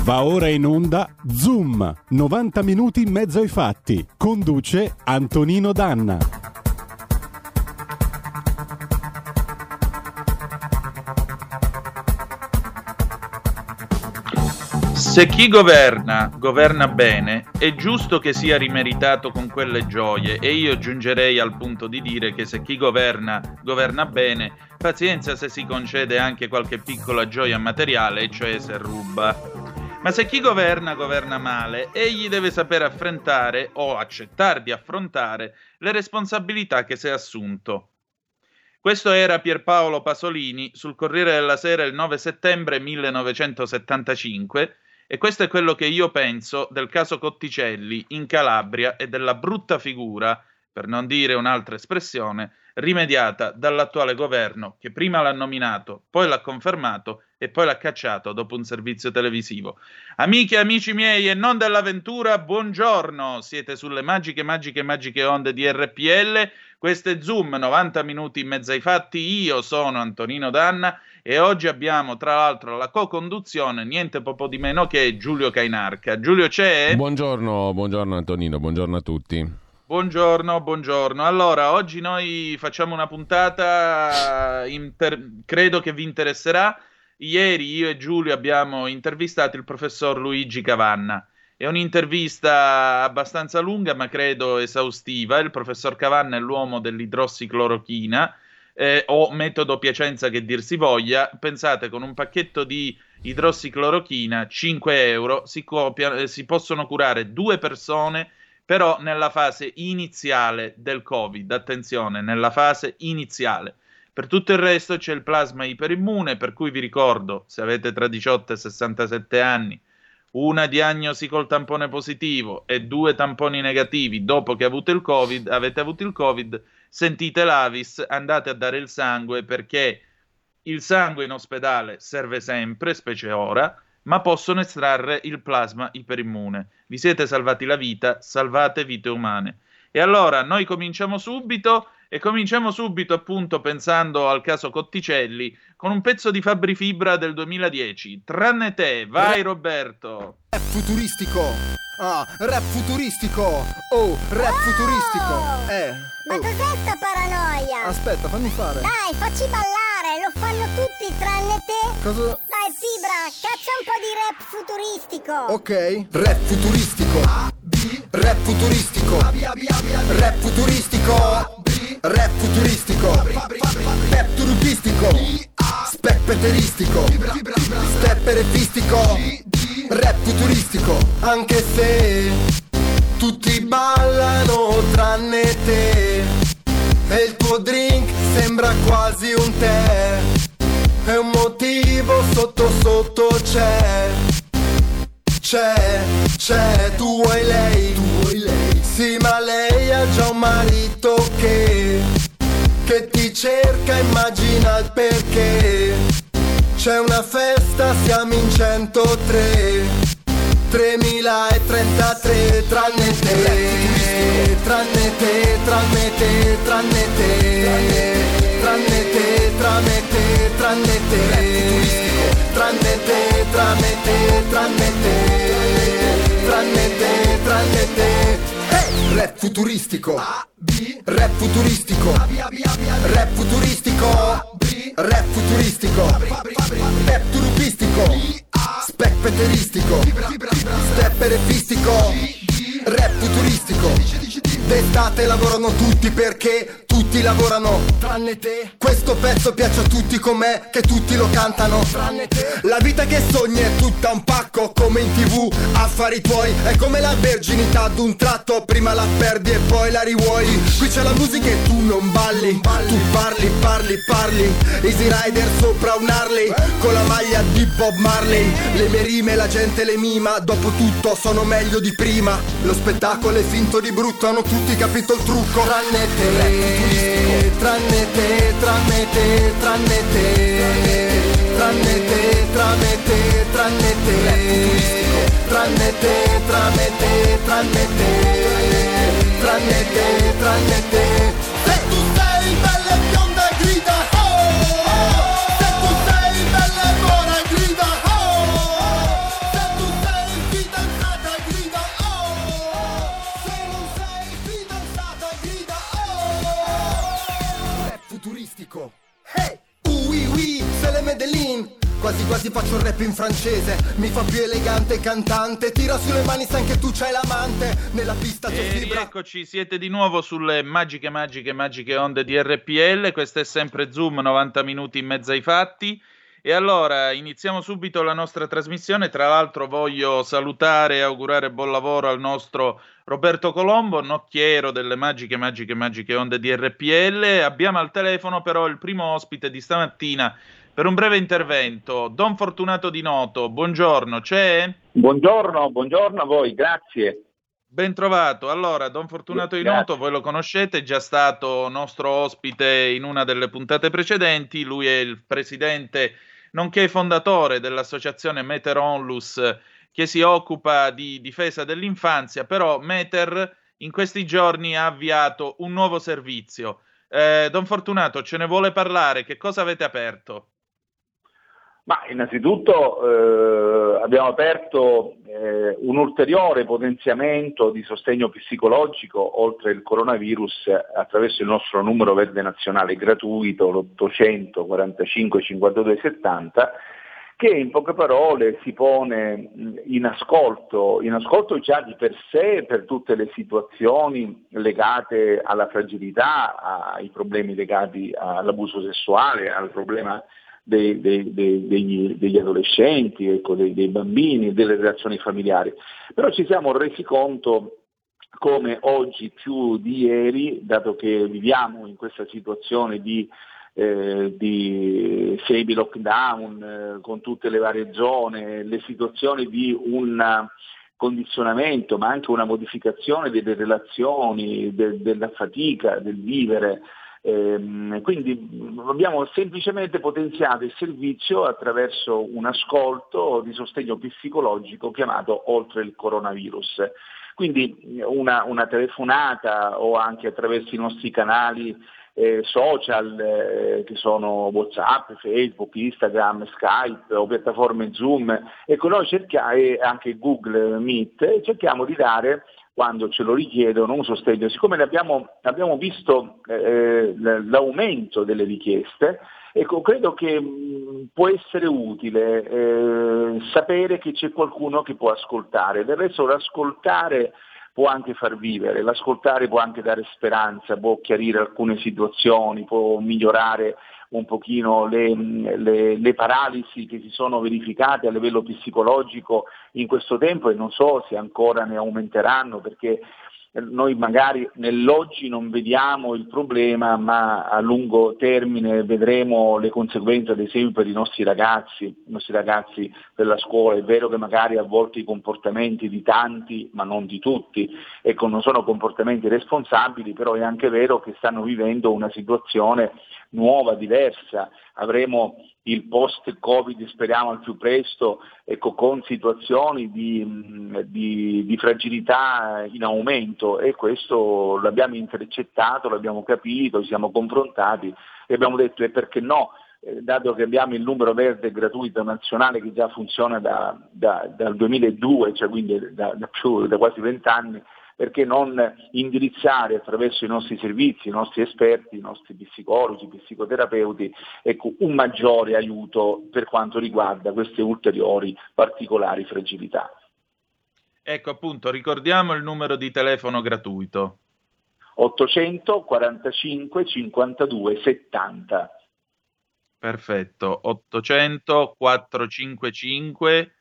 Va ora in onda Zoom, 90 minuti in mezzo ai fatti. Conduce Antonino Danna. Se chi governa bene, è giusto che sia rimeritato con quelle gioie, e io giungerei al punto di dire che se chi governa bene, pazienza se si concede anche qualche piccola gioia materiale, cioè se ruba. Ma se chi governa male, egli deve sapere affrontare o accettare di affrontare le responsabilità che si è assunto. Questo era Pierpaolo Pasolini sul Corriere della Sera il 9 settembre 1975 e questo è quello che io penso del caso Cotticelli in Calabria e della brutta figura, per non dire un'altra espressione, rimediata dall'attuale governo che prima l'ha nominato, poi l'ha confermato e poi l'ha cacciato dopo un servizio televisivo. Amiche e amici miei e non dell'avventura, buongiorno! Siete sulle magiche onde di RPL. Questo è Zoom, 90 minuti in mezzo ai fatti. Io sono Antonino Danna e oggi abbiamo tra l'altro la co-conduzione niente poco di meno che Giulio Cainarca. Giulio c'è? Buongiorno Antonino, buongiorno a tutti. Buongiorno. Allora, oggi noi facciamo una puntata, credo che vi interesserà. Ieri io e Giulio abbiamo intervistato il professor Luigi Cavanna. È un'intervista abbastanza lunga, ma credo esaustiva. Il professor Cavanna è l'uomo dell'idrossiclorochina, o metodo Piacenza che dir si voglia. Pensate, con un pacchetto di idrossiclorochina, 5 euro, si possono curare 2 persone, però nella fase iniziale del Covid. Attenzione, nella fase iniziale. Per tutto il resto c'è il plasma iperimmune, per cui vi ricordo, se avete tra 18 e 67 anni, una diagnosi col tampone positivo e 2 tamponi negativi dopo che avete avuto il Covid, sentite l'Avis, andate a dare il sangue, perché il sangue in ospedale serve sempre, specie ora, ma possono estrarre il plasma iperimmune. Vi siete salvati la vita, salvate vite umane. E allora noi cominciamo subito appunto pensando al caso Cotticelli con un pezzo di Fabri Fibra del 2010. Tranne te, vai Roberto. Rap futuristico. Rap futuristico. Rap futuristico. Ma cos'è sta paranoia? Aspetta, fammi fare. Dai, facci ballare, lo fanno tutti tranne te. Cosa? Dai, Fibra, caccia un po' di rap futuristico. Ok. Rap futuristico. Rap futuristico. Rap futuristico. Rap futuristico. Rap turupistico. Specpeteristico. Stepperefistico. Rap futuristico. Anche se tutti ballano tranne te e il tuo drink sembra quasi un tè, e un motivo sotto c'è, tu vuoi lei, sì, ma lei ha già un marito che ti cerca, immagina il perché. C'è una festa, siamo in 103, 3033, tranne te, tranne te, tranne te, tranne te, tranne te, tranne te, tranne te, tranne te, tranne te, tranne te, tranne te, tranne te. Rap futuristico. Rap futuristico. Rap futuristico. Rap futuristico. Rap turupistico. Specpeteristico. Stepperefistico. Rap futuristico. D'estate lavorano tutti perché tutti lavorano tranne te. Questo pezzo piace a tutti com'è, che tutti lo cantano tranne te. La vita che sogni è tutta un pacco, come in TV, affari tuoi. È come la verginità d'un tratto, prima la perdi e poi la rivuoi. Qui c'è la musica e tu non balli, tu parli. Easy Rider sopra un Harley, con la maglia di Bob Marley. Le mie rime la gente le mima, dopo tutto sono meglio di prima. Lo spettacolo è finto di brutto, hanno tutti capito il trucco. Tranne te, tranne te, tranne te, tranne te, tranne te, tranne te, tranne te, tranne te, tranne te, tranne te, tranne te, tranne te. Se tu sei bella e bionda grida oh, se tu sei bella e buona grida oh, se tu futuristico. Hey! Oui, oui, c'est le Medellin. Quasi quasi faccio il rap in francese. Mi fa più elegante cantante. Tira sulle mani se anche tu c'hai l'amante. Nella pista c'è fibra. Eccoci, siete di nuovo sulle magiche onde di RPL. Questo è sempre Zoom, 90 minuti in mezzo ai fatti. E allora iniziamo subito la nostra trasmissione. Tra l'altro voglio salutare e augurare buon lavoro al nostro Roberto Colombo, nocchiero delle magiche onde di RPL. Abbiamo al telefono però il primo ospite di stamattina per un breve intervento, Don Fortunato Di Noto. Buongiorno, c'è? Buongiorno a voi, grazie. Ben trovato. Allora, Don Fortunato Di Noto, voi lo conoscete, è già stato nostro ospite in una delle puntate precedenti. Lui è il presidente nonché fondatore dell'associazione Meter Onlus, che si occupa di difesa dell'infanzia, però Meter in questi giorni ha avviato un nuovo servizio. Don Fortunato, ce ne vuole parlare? Che cosa avete aperto? Ma innanzitutto abbiamo aperto un ulteriore potenziamento di sostegno psicologico oltre il coronavirus attraverso il nostro numero verde nazionale gratuito, l'800 45 52 70, che in poche parole si pone in ascolto già di per sé per tutte le situazioni legate alla fragilità, ai problemi legati all'abuso sessuale, al problema degli adolescenti, ecco, dei bambini, delle relazioni familiari. Però ci siamo resi conto come oggi più di ieri, dato che viviamo in questa situazione di semi lockdown con tutte le varie zone, le situazioni di un condizionamento ma anche una modificazione delle relazioni, della fatica, del vivere. Quindi abbiamo semplicemente potenziato il servizio attraverso un ascolto di sostegno psicologico chiamato Oltre il coronavirus. Quindi una telefonata o anche attraverso i nostri canali social che sono WhatsApp, Facebook, Instagram, Skype o piattaforme Zoom, ecco, noi e anche Google Meet, cerchiamo di dare, quando ce lo richiedono, un sostegno. Siccome abbiamo visto l'aumento delle richieste, ecco, credo che può essere utile sapere che c'è qualcuno che può ascoltare. Del resto l'ascoltare può anche far vivere, l'ascoltare può anche dare speranza, può chiarire alcune situazioni, può migliorare un pochino le paralisi che si sono verificate a livello psicologico in questo tempo, e non so se ancora ne aumenteranno, perché noi magari nell'oggi non vediamo il problema, ma a lungo termine vedremo le conseguenze, ad esempio per i nostri ragazzi della scuola. È vero che magari a volte i comportamenti di tanti, ma non di tutti, ecco, non sono comportamenti responsabili, però è anche vero che stanno vivendo una situazione nuova, diversa. Avremo il post-Covid, speriamo al più presto, ecco, con situazioni di fragilità in aumento, e questo l'abbiamo intercettato, l'abbiamo capito, ci siamo confrontati e abbiamo detto: e perché no? Dato che abbiamo il numero verde gratuito nazionale che già funziona dal 2002, cioè quindi da quasi 20 anni, perché non indirizzare attraverso i nostri servizi, i nostri esperti, i nostri psicologi, psicoterapeuti, ecco, un maggiore aiuto per quanto riguarda queste ulteriori particolari fragilità. Ecco, appunto, ricordiamo il numero di telefono gratuito. 800 45 52 70. Perfetto, 800 455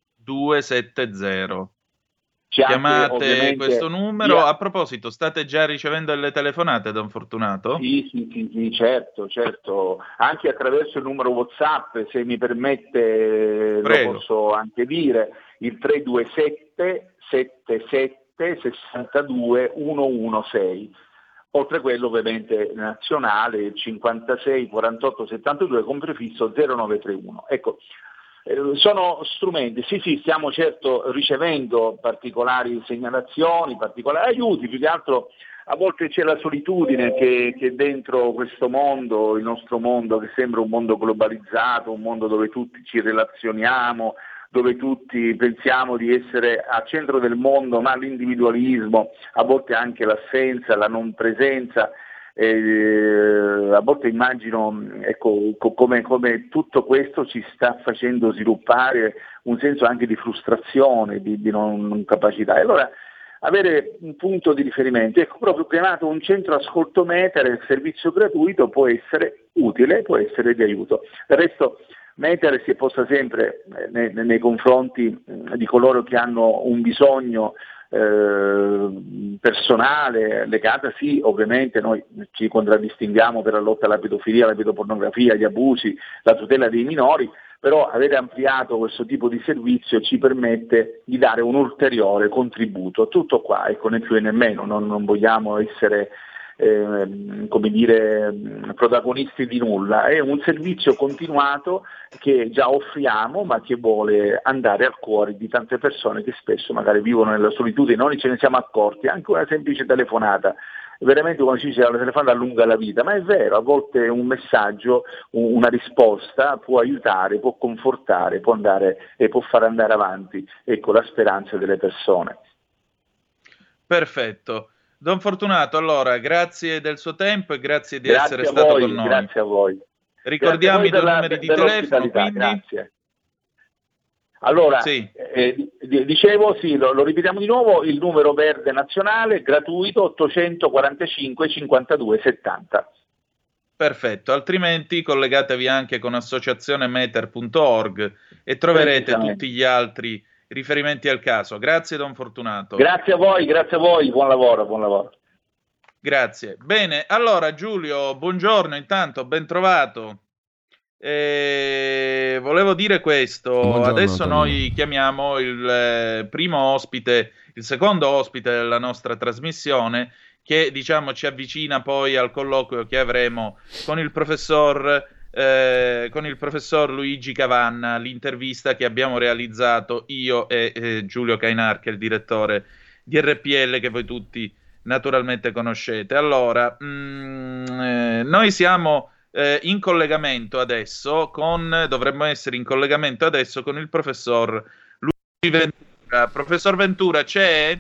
270. Chiamate questo numero. A proposito, state già ricevendo delle telefonate, Don Fortunato? Sì, certo. Anche attraverso il numero WhatsApp, se mi permette. Prego. Lo posso anche dire, il 327 77 62 116. Oltre quello ovviamente nazionale, 56 48 72 con prefisso 0931. Ecco, sono strumenti, sì, stiamo certo ricevendo particolari segnalazioni, particolari aiuti, più che altro a volte c'è la solitudine che dentro questo mondo, il nostro mondo, che sembra un mondo globalizzato, un mondo dove tutti ci relazioniamo, dove tutti pensiamo di essere al centro del mondo, ma l'individualismo, a volte anche l'assenza, la non presenza, A volte immagino, ecco, come tutto questo ci sta facendo sviluppare un senso anche di frustrazione, di non capacità. E allora avere un punto di riferimento, ecco, proprio chiamato un centro ascolto Meter, il servizio gratuito può essere utile, può essere di aiuto. Del resto Meter si è posta sempre nei confronti di coloro che hanno un bisogno personale, legata sì, ovviamente noi ci contraddistinguiamo per la lotta alla pedofilia, alla pedopornografia, agli abusi, la tutela dei minori, però avere ampliato questo tipo di servizio ci permette di dare un ulteriore contributo. Tutto qua, ecco, né più né meno, non vogliamo essere come dire, protagonisti di nulla, è un servizio continuato che già offriamo, ma che vuole andare al cuore di tante persone che spesso magari vivono nella solitudine, non ce ne siamo accorti. Anche una semplice telefonata, veramente, come si dice, la telefonata allunga la vita, ma è vero, a volte un messaggio, una risposta può aiutare, può confortare, può andare e può far andare avanti, ecco, la speranza delle persone. Perfetto. Don Fortunato, allora, grazie del suo tempo e grazie di essere stato con noi. Grazie a voi. Ricordiamo i due numeri di telefono, quindi. Grazie. Allora, sì. Dicevo, sì, lo ripetiamo di nuovo, il numero verde nazionale, gratuito, 845 52 70. Perfetto, altrimenti collegatevi anche con associazionemeter.org e troverete tutti gli altri riferimenti al caso. Grazie Don Fortunato. Grazie a voi, buon lavoro. Grazie. Bene, allora Giulio, buongiorno intanto, ben trovato. Volevo dire questo, Buongiorno, adesso Antonio. noi chiamiamo il secondo ospite della nostra trasmissione, che diciamo ci avvicina poi al colloquio che avremo con il professor Luigi Cavanna, l'intervista che abbiamo realizzato io e Giulio Cainar, che è il direttore di RPL, che voi tutti naturalmente conoscete. Allora, noi siamo in collegamento adesso dovremmo essere in collegamento adesso con il professor Luigi Ventura. Professor Ventura, c'è?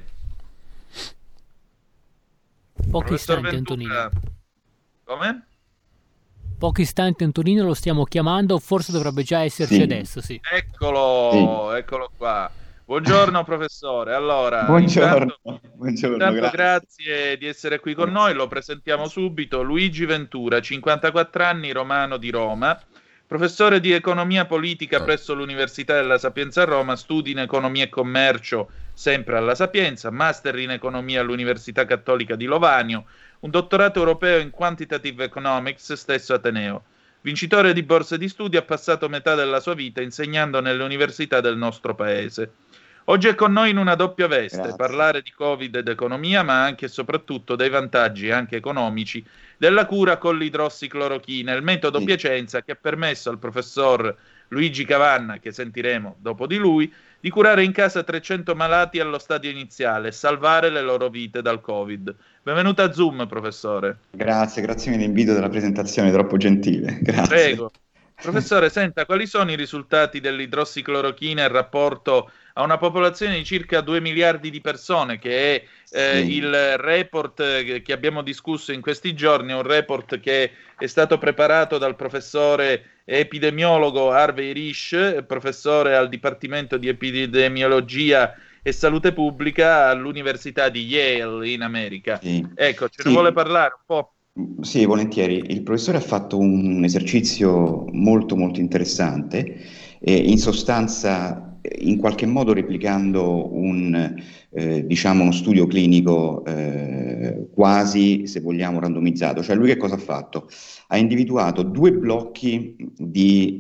Pochi istanti, Antonino. Come? Pochi istanti, Antonino, lo stiamo chiamando, forse dovrebbe già esserci adesso, sì. Eccolo qua. Buongiorno professore. Allora, buongiorno, grazie di essere qui con noi. Lo presentiamo subito. Luigi Ventura, 54 anni, romano di Roma, professore di economia politica presso l'Università della Sapienza a Roma, studi in economia e commercio sempre alla Sapienza, master in economia all'Università Cattolica di Lovanio, un dottorato europeo in Quantitative Economics, stesso Ateneo. Vincitore di borse di studio, ha passato metà della sua vita insegnando nelle università del nostro paese. Oggi è con noi in una doppia veste, parlare di Covid ed economia, ma anche e soprattutto dei vantaggi anche economici della cura con l'idrossiclorochina, il metodo Piacenza, che ha permesso al professor Luigi Cavanna, che sentiremo dopo di lui, di curare in casa 300 malati allo stadio iniziale e salvare le loro vite dal Covid. Benvenuto a Zoom, professore. Grazie dell'invito, della presentazione, troppo gentile. Grazie. Prego. Professore, senta, quali sono i risultati dell'idrossiclorochina in rapporto a una popolazione di circa 2 miliardi di persone, che è il report che abbiamo discusso in questi giorni, un report che è stato preparato dal professore epidemiologo Harvey Risch, professore al Dipartimento di Epidemiologia e Salute Pubblica all'Università di Yale in America. Ecco, ce ne vuole parlare un po'? Sì, volentieri. Il professore ha fatto un esercizio molto interessante, in sostanza in qualche modo replicando uno studio clinico quasi, se vogliamo, randomizzato. Cioè lui che cosa ha fatto? Ha individuato 2 blocchi di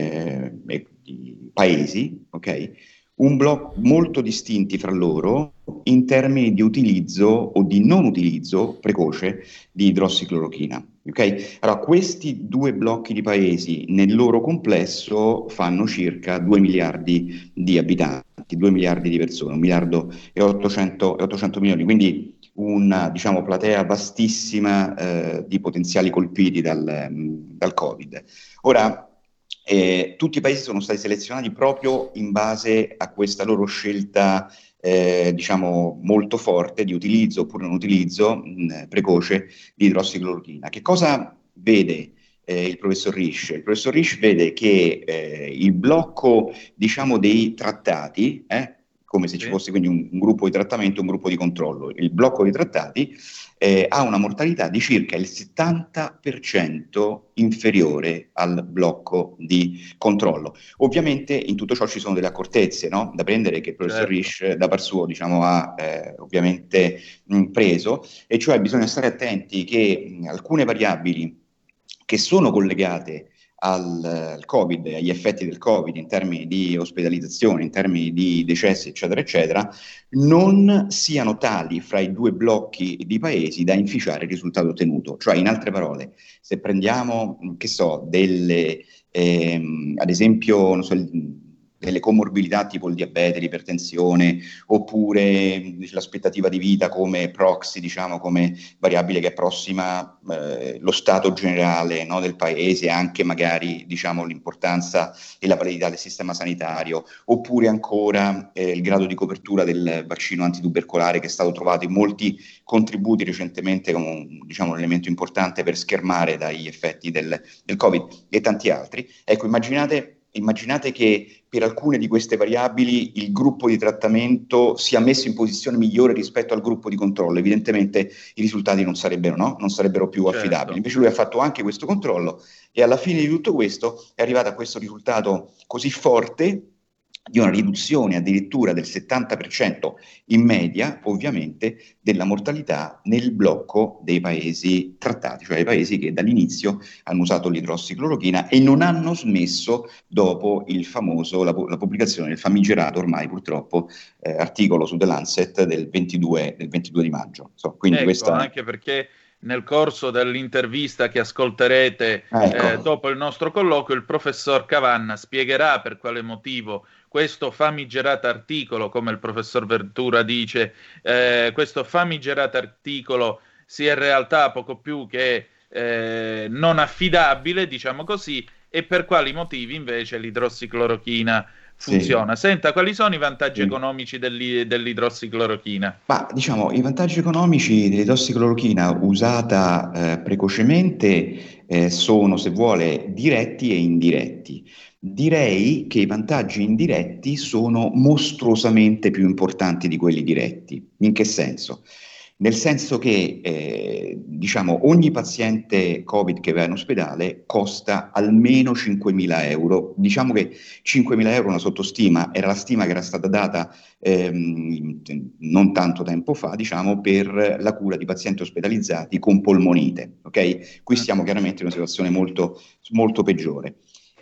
paesi, ok? Un blocco molto distinti fra loro in termini di utilizzo o di non utilizzo precoce di idrossiclorochina. Okay? Allora, questi 2 blocchi di paesi nel loro complesso fanno circa 2 miliardi di abitanti, 2 miliardi di persone, 1 miliardo e 800 milioni, quindi una platea vastissima di potenziali colpiti dal Covid. Ora, tutti i paesi sono stati selezionati proprio in base a questa loro scelta diciamo molto forte di utilizzo oppure non utilizzo precoce di idrossiclorochina. Che cosa vede il professor Risch? Il professor Risch vede che il blocco, diciamo, dei trattati, come se ci fosse quindi un gruppo di trattamento e un gruppo di controllo, il blocco dei trattati ha una mortalità di circa il 70% inferiore al blocco di controllo. Ovviamente in tutto ciò ci sono delle accortezze, no? Da prendere, che il professor Risch da par suo, diciamo, ha ovviamente preso, e cioè bisogna stare attenti che alcune variabili che sono collegate al Covid, agli effetti del Covid in termini di ospedalizzazione, in termini di decessi, eccetera, eccetera, non siano tali fra i due blocchi di paesi da inficiare il risultato ottenuto. Cioè, in altre parole, se prendiamo, che so, delle, ad esempio, non so, delle comorbilità tipo il diabete, l'ipertensione, oppure l'aspettativa di vita come proxy, diciamo, come variabile che approssima lo stato generale, no, del paese, anche magari, diciamo, l'importanza e la validità del sistema sanitario, oppure ancora il grado di copertura del vaccino antitubercolare, che è stato trovato in molti contributi recentemente come, diciamo, un elemento importante per schermare dagli effetti del Covid, e tanti altri. Ecco, immaginate che per alcune di queste variabili il gruppo di trattamento sia messo in posizione migliore rispetto al gruppo di controllo. Evidentemente i risultati non sarebbero più affidabili. Invece lui ha fatto anche questo controllo e alla fine di tutto questo è arrivato a questo risultato così forte, di una riduzione addirittura del 70% in media, ovviamente, della mortalità nel blocco dei paesi trattati, cioè i paesi che dall'inizio hanno usato l'idrossiclorochina e non hanno smesso dopo la pubblicazione del famigerato, ormai purtroppo, articolo su The Lancet del 22 di maggio. Quindi anche perché nel corso dell'intervista che ascolterete dopo il nostro colloquio, il professor Cavanna spiegherà per quale motivo questo famigerato articolo, come il professor Ventura dice, questo famigerato articolo sia in realtà poco più che non affidabile, diciamo così, e per quali motivi invece l'idrossiclorochina funziona. Senta, quali sono i vantaggi economici dell'idrossiclorochina? Ma diciamo, i vantaggi economici dell'idrossiclorochina usata precocemente sono, se vuole, diretti e indiretti. Direi che i vantaggi indiretti sono mostruosamente più importanti di quelli diretti. In che senso? Nel senso che diciamo, ogni paziente Covid che va in ospedale costa almeno 5.000 euro. Diciamo che 5.000 euro è una sottostima, era la stima che era stata data non tanto tempo fa, diciamo, per la cura di pazienti ospedalizzati con polmonite. Ok? Qui siamo chiaramente in una situazione molto, molto peggiore.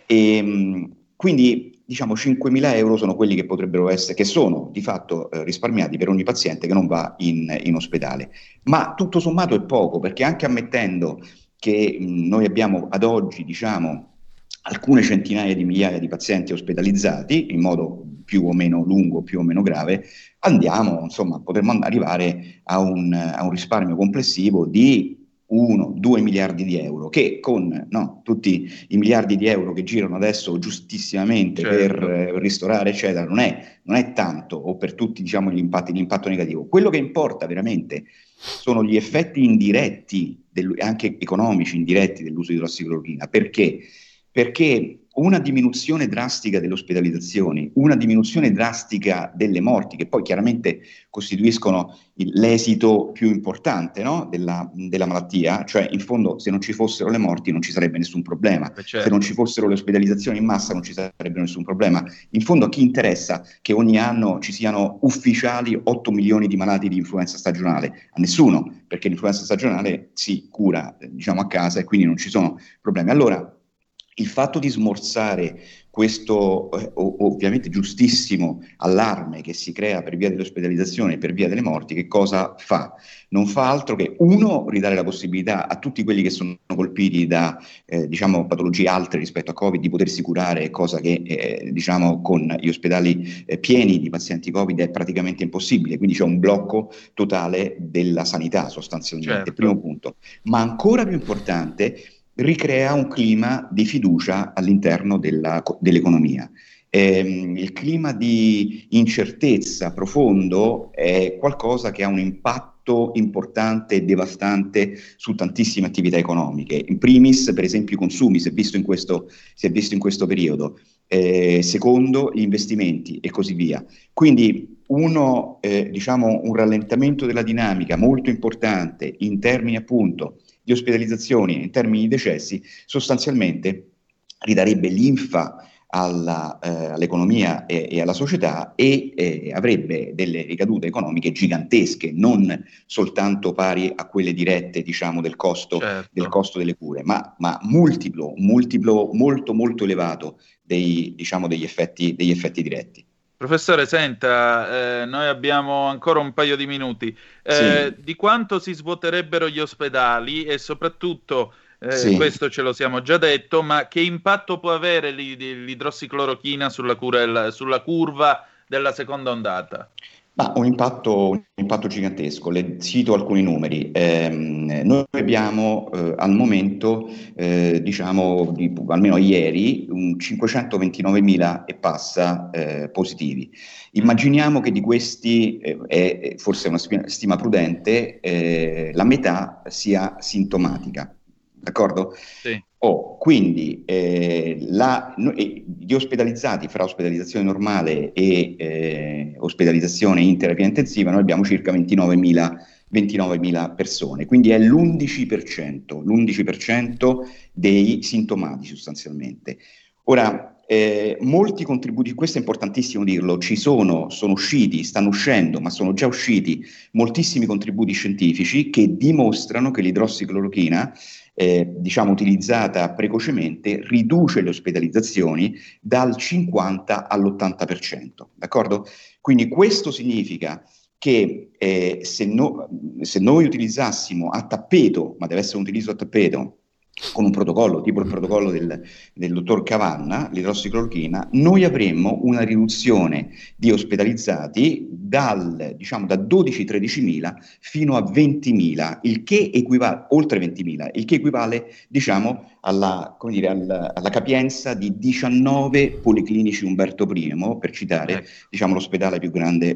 Quindi diciamo 5.000 euro sono quelli che potrebbero essere, che sono di fatto risparmiati per ogni paziente che non va in ospedale. Ma tutto sommato è poco, perché anche ammettendo che noi abbiamo ad oggi, diciamo, alcune centinaia di migliaia di pazienti ospedalizzati in modo più o meno lungo, più o meno grave, potremmo arrivare a un risparmio complessivo di 1-2 miliardi di euro, che con tutti i miliardi di euro che girano adesso giustissimamente per ristorare, eccetera, non è tanto, o per tutti, diciamo, l'impatto negativo. Quello che importa veramente sono gli effetti indiretti, anche economici indiretti, dell'uso di idrossiclorochina. Perché? Perché una diminuzione drastica delle ospedalizzazioni, una diminuzione drastica delle morti, che poi chiaramente costituiscono l'esito più importante, no? della malattia, cioè in fondo se non ci fossero le morti non ci sarebbe nessun problema, se non ci fossero le ospedalizzazioni in massa non ci sarebbe nessun problema. In fondo a chi interessa che ogni anno ci siano ufficiali 8 milioni di malati di influenza stagionale? A nessuno, perché l'influenza stagionale si cura, diciamo, a casa, e quindi non ci sono problemi. Allora, il fatto di smorzare questo ovviamente giustissimo allarme che si crea per via dell'ospedalizzazione e per via delle morti, che cosa fa? Non fa altro che, uno, ridare la possibilità a tutti quelli che sono colpiti da diciamo patologie altre rispetto a Covid di potersi curare, cosa che diciamo con gli ospedali pieni di pazienti Covid è praticamente impossibile, quindi c'è un blocco totale della sanità sostanzialmente, primo punto. Ma ancora più importante, ricrea un clima di fiducia all'interno dell'economia. Il clima di incertezza profondo è qualcosa che ha un impatto importante e devastante su tantissime attività economiche. In primis, per esempio, i consumi, si è visto in questo periodo. Secondo, gli investimenti e così via. Quindi un rallentamento della dinamica molto importante in termini appunto di ospedalizzazioni, in termini di decessi, sostanzialmente ridarebbe linfa all'economia e alla società e avrebbe delle ricadute economiche gigantesche, non soltanto pari a quelle dirette, diciamo, del costo delle cure, ma multiplo molto molto elevato degli effetti diretti. Professore, senta, noi abbiamo ancora un paio di minuti. Sì. Di quanto si svuoterebbero gli ospedali e soprattutto, Sì. questo ce lo siamo già detto, ma che impatto può avere l'idrossiclorochina sulla curva della seconda ondata? Ma un impatto gigantesco. Le cito alcuni numeri. Noi abbiamo al momento, almeno ieri, 529.000 e passa positivi. Immaginiamo che di questi, è forse una stima prudente, la metà sia sintomatica. D'accordo? Sì. Quindi gli ospedalizzati fra ospedalizzazione normale e ospedalizzazione in terapia intensiva, noi abbiamo circa 29.000 persone, quindi è l'11% dei sintomatici sostanzialmente. Ora, molti contributi, questo è importantissimo dirlo, stanno uscendo, ma sono già usciti moltissimi contributi scientifici che dimostrano che l'idrossiclorochina utilizzata precocemente riduce le ospedalizzazioni dal 50 all'80%, d'accordo? Quindi questo significa che se noi utilizzassimo a tappeto, ma deve essere un utilizzo a tappeto, con un protocollo, tipo il protocollo del dottor Cavanna, l'idrossiclorochina, noi avremmo una riduzione di ospedalizzati da 12-13.000 fino a 20.000, il che equivale, oltre 20.000, il che equivale, alla capienza di 19 policlinici Umberto I, per citare, l'ospedale più grande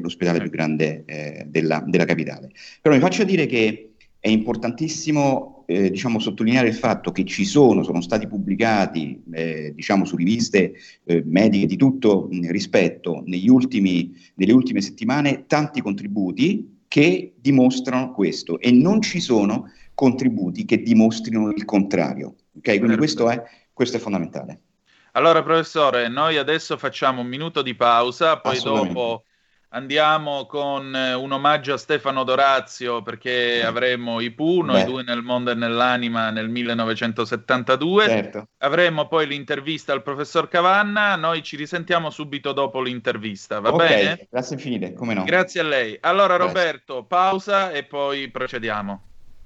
della capitale. Però mi faccia dire che è importantissimo sottolineare il fatto che sono stati pubblicati su riviste mediche di tutto rispetto nelle ultime settimane tanti contributi che dimostrano questo e non ci sono contributi che dimostrino il contrario. Okay? Quindi questo è fondamentale. Allora, professore, noi adesso facciamo un minuto di pausa, poi dopo andiamo con un omaggio a Stefano Dorazio, perché avremo i Pooh, Noi due nel mondo e nell'anima nel 1972. Certo. Avremo poi l'intervista al professor Cavanna. Noi ci risentiamo subito dopo l'intervista, va bene? Grazie infinite, come no. Grazie a lei. Allora, Grazie. Roberto, pausa e poi procediamo.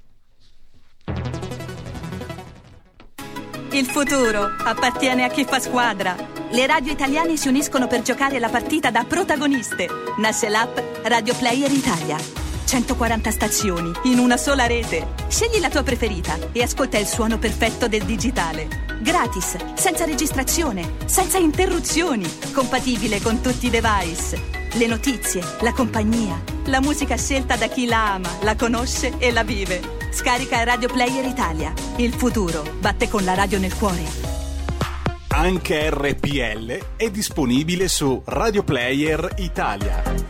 Il futuro appartiene a chi fa squadra. Le radio italiane si uniscono per giocare la partita da protagoniste. Nasce l'app Radio Player Italia. 140 stazioni in una sola rete. Scegli la tua preferita e ascolta il suono perfetto del digitale. Gratis, senza registrazione, senza interruzioni. Compatibile con tutti i device. Le notizie, la compagnia, la musica scelta da chi la ama, la conosce e la vive. Scarica Radio Player Italia. Il futuro batte con la radio nel cuore. Anche RPL è disponibile su Radio Player Italia.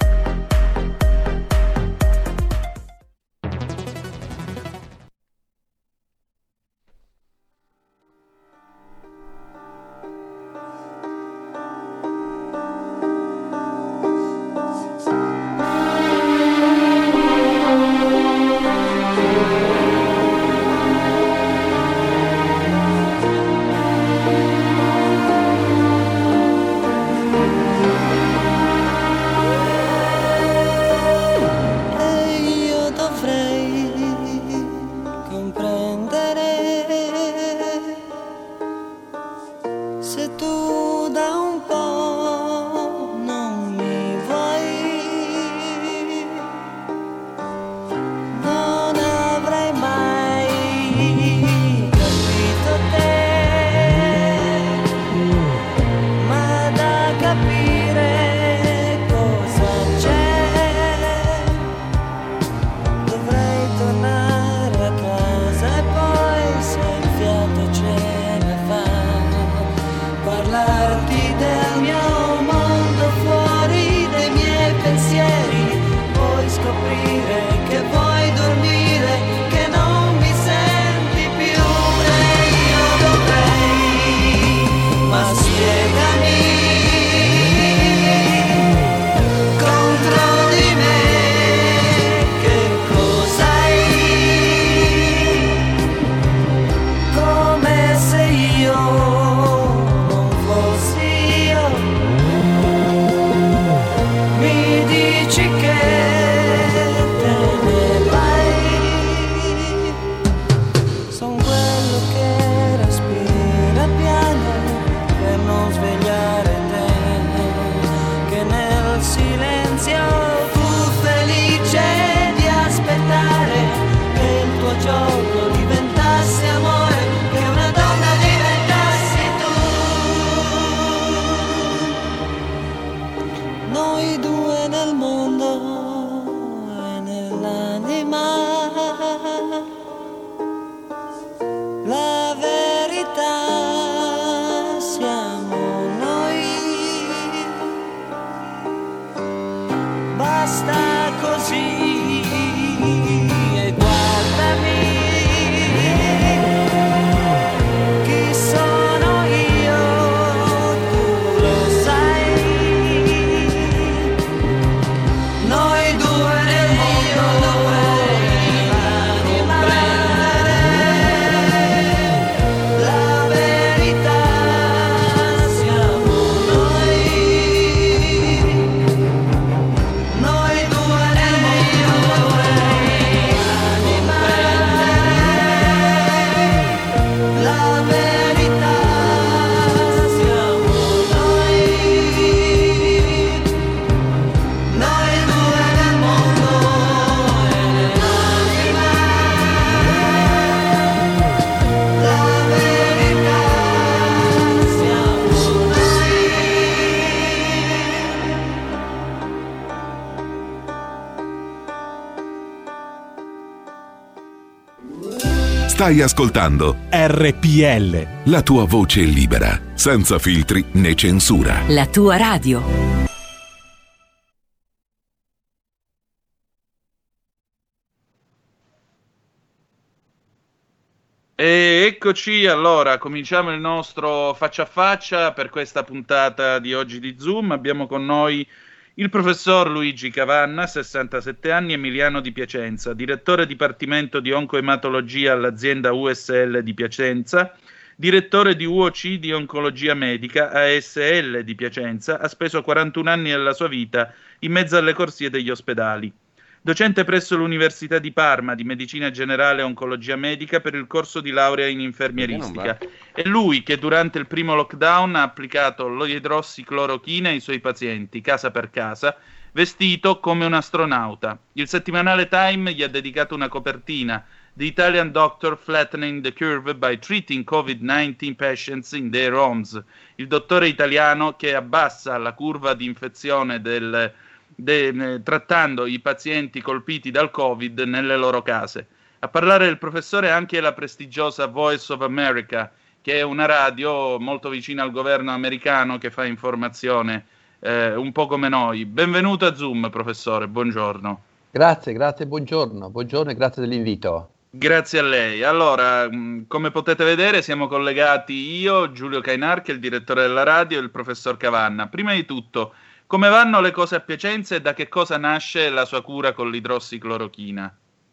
Stai ascoltando RPL. La tua voce libera, senza filtri né censura. La tua radio. E eccoci, allora cominciamo il nostro faccia a faccia per questa puntata di oggi di Zoom. Abbiamo con noi il professor Luigi Cavanna, 67 anni, emiliano di Piacenza, direttore dipartimento di oncoematologia all'azienda USL di Piacenza, direttore di UOC di oncologia medica ASL di Piacenza, ha speso 41 anni della sua vita in mezzo alle corsie degli ospedali. Docente presso l'Università di Parma di Medicina Generale e Oncologia Medica per il corso di laurea in infermieristica. È lui che durante il primo lockdown ha applicato l'idrossiclorochina ai suoi pazienti, casa per casa, vestito come un astronauta. Il settimanale Time gli ha dedicato una copertina, The Italian Doctor Flattening the Curve by Treating COVID-19 Patients in Their Homes. Il dottore italiano che abbassa la curva di infezione trattando i pazienti colpiti dal Covid nelle loro case. A parlare del professore è anche la prestigiosa Voice of America, che è una radio molto vicina al governo americano che fa informazione un po' come noi. Benvenuto a Zoom, professore, buongiorno. Grazie, buongiorno e grazie dell'invito. Grazie a lei. Allora, come potete vedere siamo collegati io, Giulio Cainar, che è il direttore della radio, e il professor Cavanna. Prima di tutto, come vanno le cose a Piacenza e da che cosa nasce la sua cura con l'idrossiclorochina?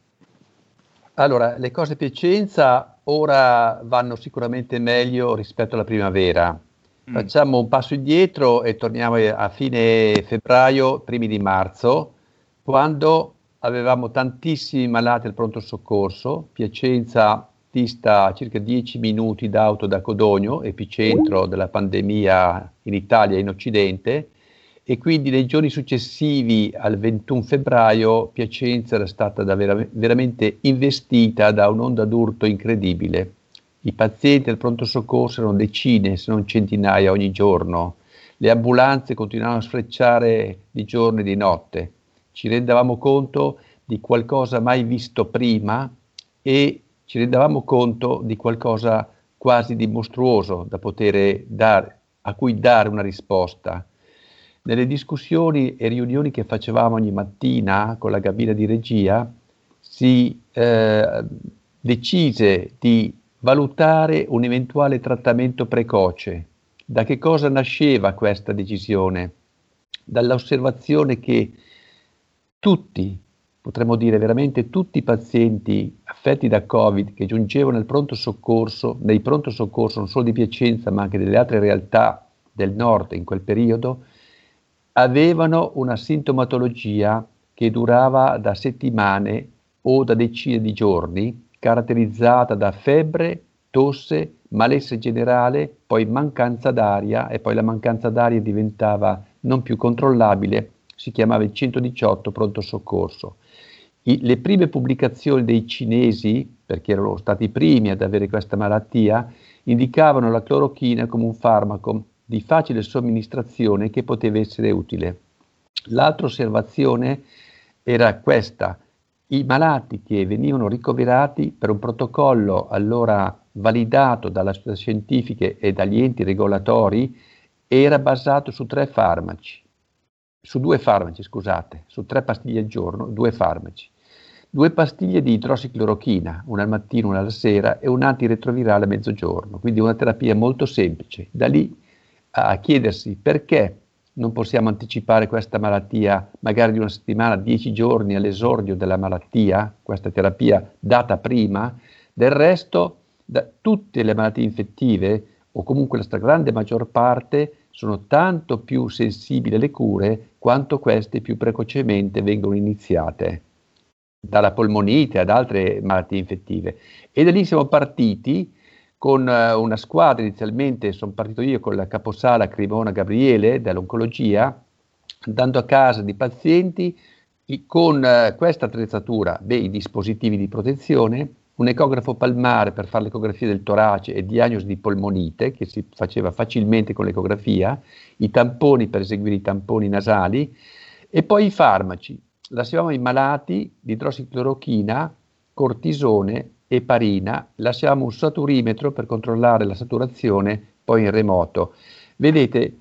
Allora, le cose a Piacenza ora vanno sicuramente meglio rispetto alla primavera. Facciamo un passo indietro e torniamo a fine febbraio, primi di marzo, quando avevamo tantissimi malati al pronto soccorso. Piacenza dista circa 10 minuti d'auto da Codogno, epicentro della pandemia in Italia e in Occidente, e quindi nei giorni successivi al 21 febbraio Piacenza era stata veramente investita da un'onda d'urto incredibile. I pazienti al pronto soccorso erano decine, se non centinaia ogni giorno. Le ambulanze continuavano a sfrecciare di giorno e di notte. Ci rendavamo conto di qualcosa mai visto prima e ci rendavamo conto di qualcosa quasi di mostruoso a cui dare una risposta. Nelle discussioni e riunioni che facevamo ogni mattina con la cabina di regia si decise di valutare un eventuale trattamento precoce. Da che cosa nasceva questa decisione? Dall'osservazione che tutti, potremmo dire veramente tutti i pazienti affetti da Covid che giungevano al pronto soccorso, nei pronto soccorso non solo di Piacenza ma anche delle altre realtà del nord in quel periodo, avevano una sintomatologia che durava da settimane o da decine di giorni, caratterizzata da febbre, tosse, malessere generale, poi mancanza d'aria, e poi la mancanza d'aria diventava non più controllabile, si chiamava il 118 pronto soccorso. Le prime pubblicazioni dei cinesi, perché erano stati i primi ad avere questa malattia, indicavano la clorochina come un farmaco di facile somministrazione che poteva essere utile. L'altra osservazione era questa: i malati che venivano ricoverati per un protocollo allora validato dalle società scientifiche e dagli enti regolatori era basato su 3 farmaci, su 3 pastiglie al giorno, 2 farmaci. 2 pastiglie di idrossiclorochina, una al mattino, una alla sera, e un antiretrovirale a mezzogiorno, quindi una terapia molto semplice. Da lì a chiedersi perché non possiamo anticipare questa malattia magari di una settimana, 10 giorni all'esordio della malattia, questa terapia data prima. Del resto, tutte le malattie infettive, o comunque la stragrande maggior parte, sono tanto più sensibili alle cure quanto queste più precocemente vengono iniziate, dalla polmonite ad altre malattie infettive. E da lì siamo partiti con una squadra. Inizialmente sono partito io con la caposala Cremona Gabriele dall'oncologia, andando a casa di pazienti con questa attrezzatura, i dispositivi di protezione, un ecografo palmare per fare l'ecografia del torace e diagnosi di polmonite, che si faceva facilmente con l'ecografia, i tamponi per eseguire i tamponi nasali, e poi i farmaci. Lasciavamo i malati di idrossiclorochina, cortisone eparina, lasciamo un saturimetro per controllare la saturazione poi in remoto. Vedete,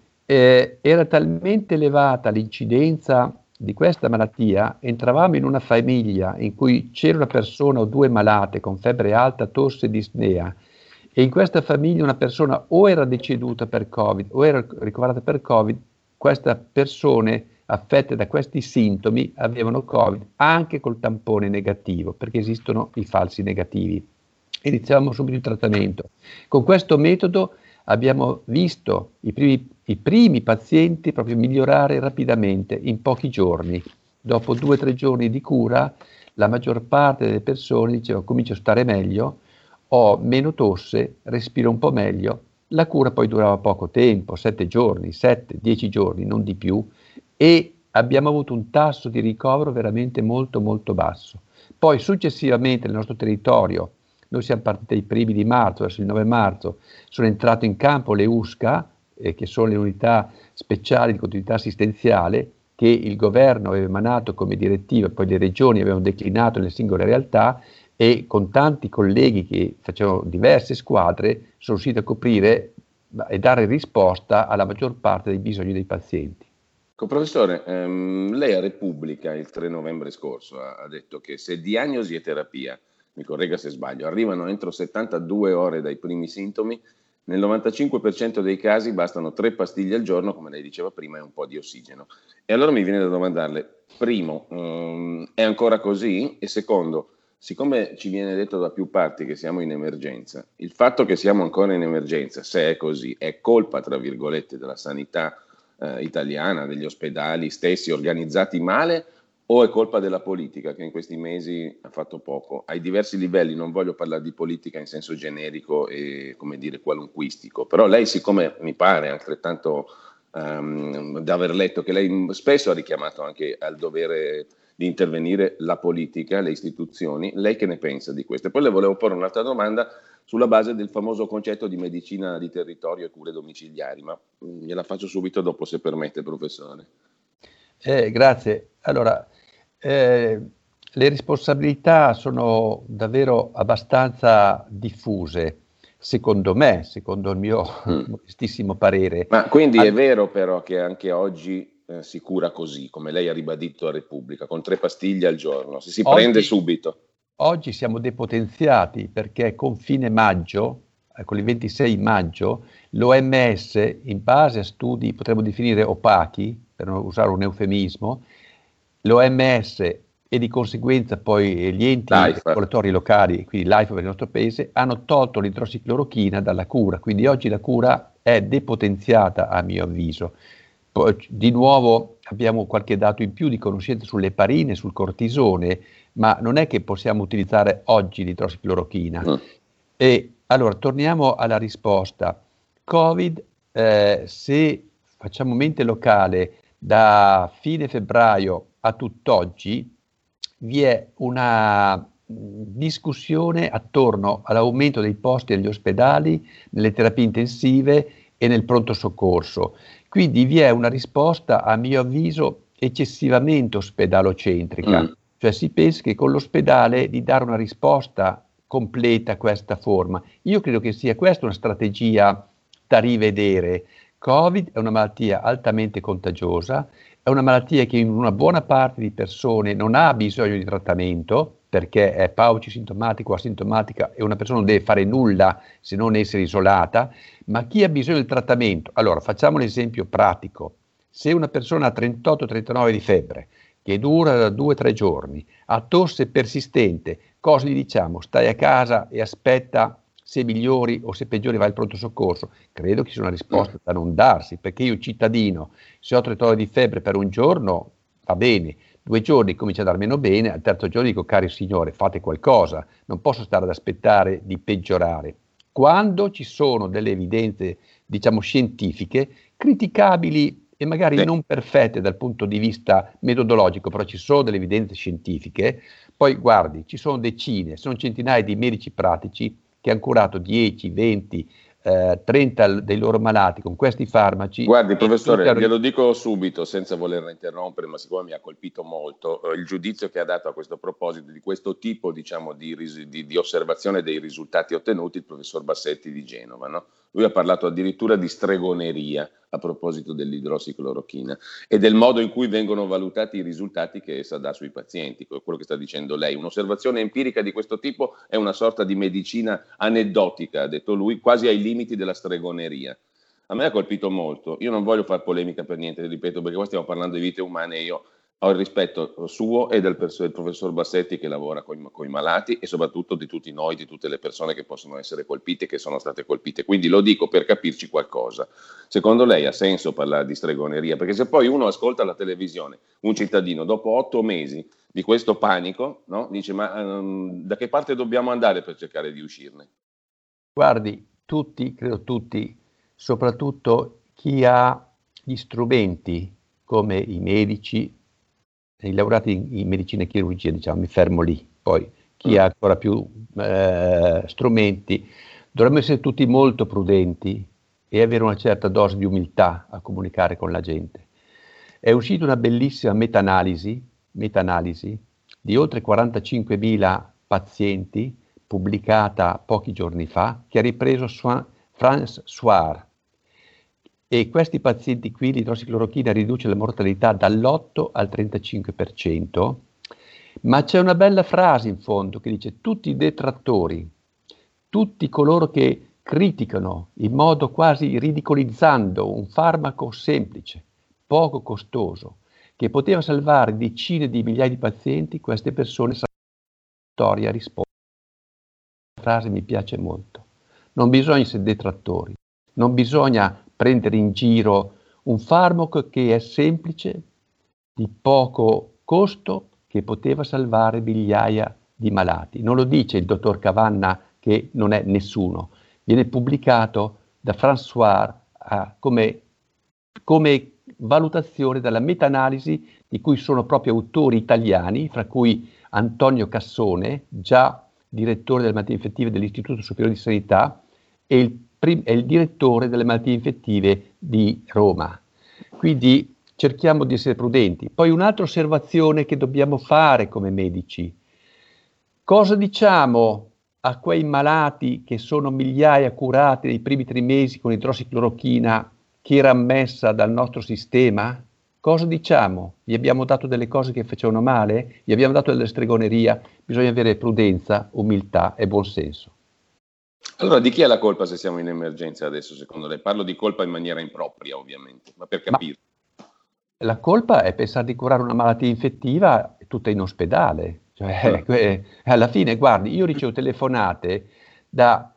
era talmente elevata l'incidenza di questa malattia, entravamo in una famiglia in cui c'era una persona o due malate con febbre alta, tosse e dispnea, e in questa famiglia una persona o era deceduta per Covid o era ricoverata per Covid. Queste persone affette da questi sintomi avevano Covid anche col tampone negativo, perché esistono i falsi negativi. Iniziavamo subito il trattamento. Con questo metodo abbiamo visto i primi pazienti proprio migliorare rapidamente in pochi giorni. Dopo 2 o 3 giorni di cura, la maggior parte delle persone diceva: comincio a stare meglio, ho meno tosse, respiro un po' meglio. La cura poi durava poco tempo, 7 giorni, 7-10 giorni, non di più, e abbiamo avuto un tasso di ricovero veramente molto molto basso. Poi successivamente nel nostro territorio, noi siamo partiti ai primi di marzo, verso il 9 marzo, sono entrate in campo le USCA, che sono le unità speciali di continuità assistenziale, che il governo aveva emanato come direttiva, poi le regioni avevano declinato nelle singole realtà, e con tanti colleghi che facevano diverse squadre sono riusciti a coprire e dare risposta alla maggior parte dei bisogni dei pazienti. Professore, lei a Repubblica il 3 novembre scorso ha detto che se diagnosi e terapia, mi corregga se sbaglio, arrivano entro 72 ore dai primi sintomi, nel 95% dei casi bastano 3 pastiglie al giorno, come lei diceva prima, e un po' di ossigeno. E allora mi viene da domandarle, primo, è ancora così? E secondo, siccome ci viene detto da più parti che siamo in emergenza, il fatto che siamo ancora in emergenza, se è così, è colpa, tra virgolette, della sanità italiana, degli ospedali stessi organizzati male, o è colpa della politica che in questi mesi ha fatto poco? Ai diversi livelli, non voglio parlare di politica in senso generico e, come dire, qualunquistico, però lei, siccome mi pare altrettanto da aver letto che lei spesso ha richiamato anche al dovere di intervenire la politica, le istituzioni, lei che ne pensa di questo? E poi le volevo porre un'altra domanda sulla base del famoso concetto di medicina di territorio e cure domiciliari, ma gliela faccio subito dopo, se permette, professore. Grazie. Allora, le responsabilità sono davvero abbastanza diffuse, secondo me, secondo il mio modestissimo parere. Ma quindi è vero però che anche oggi si cura così, come lei ha ribadito a Repubblica, con 3 pastiglie al giorno, se si prende subito? Oggi siamo depotenziati perché con fine maggio, con il 26 maggio, l'OMS, in base a studi potremmo definire opachi, per non usare un eufemismo, l'OMS e di conseguenza poi gli enti regolatori locali, quindi l'AIFA per il nostro paese, hanno tolto l'idrossiclorochina dalla cura, quindi oggi la cura è depotenziata a mio avviso. Poi, di nuovo abbiamo qualche dato in più di conoscenza sull'eparine, sul cortisone, ma non è che possiamo utilizzare oggi l'idrossiclorochina. E allora torniamo alla risposta. Covid, se facciamo mente locale, da fine febbraio a tutt'oggi vi è una discussione attorno all'aumento dei posti negli ospedali, nelle terapie intensive e nel pronto soccorso. Quindi vi è una risposta, a mio avviso, eccessivamente ospedalocentrica. Cioè si pensa che con l'ospedale di dare una risposta completa a questa forma. Io credo che sia questa una strategia da rivedere. Covid è una malattia altamente contagiosa, è una malattia che in una buona parte di persone non ha bisogno di trattamento, perché è paucisintomatico o asintomatica e una persona non deve fare nulla se non essere isolata, ma chi ha bisogno del trattamento? Allora, facciamo un esempio pratico. Se una persona ha 38-39 di febbre, che dura da 2-3 giorni, ha tosse persistente, cosa gli diciamo? Stai a casa e aspetta, se migliori o se peggiori vai al pronto soccorso. Credo che sia una risposta da non darsi, perché io cittadino, se ho 39 di febbre per un giorno, va bene, 2 giorni comincia a dar meno bene, al terzo giorno dico, cari signore, fate qualcosa, non posso stare ad aspettare di peggiorare. Quando ci sono delle evidenze, diciamo, scientifiche, criticabili e magari non perfette dal punto di vista metodologico, però ci sono delle evidenze scientifiche, poi guardi, ci sono decine, sono centinaia di medici pratici che hanno curato 10, 20 30 dei loro malati con questi farmaci. Guardi, professore, glielo dico subito senza volerla interrompere, ma siccome mi ha colpito molto il giudizio che ha dato a questo proposito di questo tipo, diciamo, di osservazione dei risultati ottenuti il professor Bassetti di Genova, no? Lui ha parlato addirittura di stregoneria a proposito dell'idrossiclorochina e del modo in cui vengono valutati i risultati che essa dà sui pazienti, quello che sta dicendo lei. Un'osservazione empirica di questo tipo è una sorta di medicina aneddotica, ha detto lui, quasi ai limiti della stregoneria. A me ha colpito molto, io non voglio fare polemica per niente, ripeto, perché qua stiamo parlando di vite umane e io ho il rispetto suo e del professor Bassetti che lavora con i malati e soprattutto di tutti noi, di tutte le persone che possono essere colpite, che sono state colpite. Quindi lo dico per capirci qualcosa. Secondo lei ha senso parlare di stregoneria? Perché se poi uno ascolta la televisione, un cittadino, dopo 8 mesi di questo panico, no, dice ma da che parte dobbiamo andare per cercare di uscirne? Guardi, credo tutti, soprattutto chi ha gli strumenti come i medici, i laureati in medicina e chirurgia, diciamo, mi fermo lì, poi chi ha ancora più strumenti, dovremmo essere tutti molto prudenti e avere una certa dose di umiltà a comunicare con la gente. È uscita una bellissima meta-analisi di oltre 45.000 pazienti, pubblicata pochi giorni fa, che ha ripreso France Soir. E questi pazienti qui l'idrossiclorochina riduce la mortalità dall'8 al 35%, ma c'è una bella frase in fondo che dice tutti i detrattori, tutti coloro che criticano in modo quasi ridicolizzando un farmaco semplice, poco costoso, che poteva salvare decine di migliaia di pazienti, queste persone sanno la storia risponde. La frase mi piace molto. Non bisogna essere detrattori, non bisogna prendere in giro un farmaco che è semplice, di poco costo, che poteva salvare migliaia di malati. Non lo dice il dottor Cavanna che non è nessuno, viene pubblicato da François come valutazione dalla meta-analisi di cui sono proprio autori italiani, fra cui Antonio Cassone, già direttore delle malattie infettive dell'Istituto Superiore di Sanità, e il direttore delle malattie infettive di Roma. Quindi cerchiamo di essere prudenti. Poi un'altra osservazione che dobbiamo fare come medici. Cosa diciamo a quei malati che sono migliaia curati nei primi 3 mesi con idrossiclorochina che era ammessa dal nostro sistema? Cosa diciamo? Gli abbiamo dato delle cose che facevano male? Gli abbiamo dato della stregoneria? Bisogna avere prudenza, umiltà e buonsenso. Allora, di chi è la colpa se siamo in emergenza adesso, secondo lei? Parlo di colpa in maniera impropria, ovviamente, ma per capire. La colpa è pensare di curare una malattia infettiva tutta in ospedale. Cioè, alla fine, guardi, io ricevo telefonate da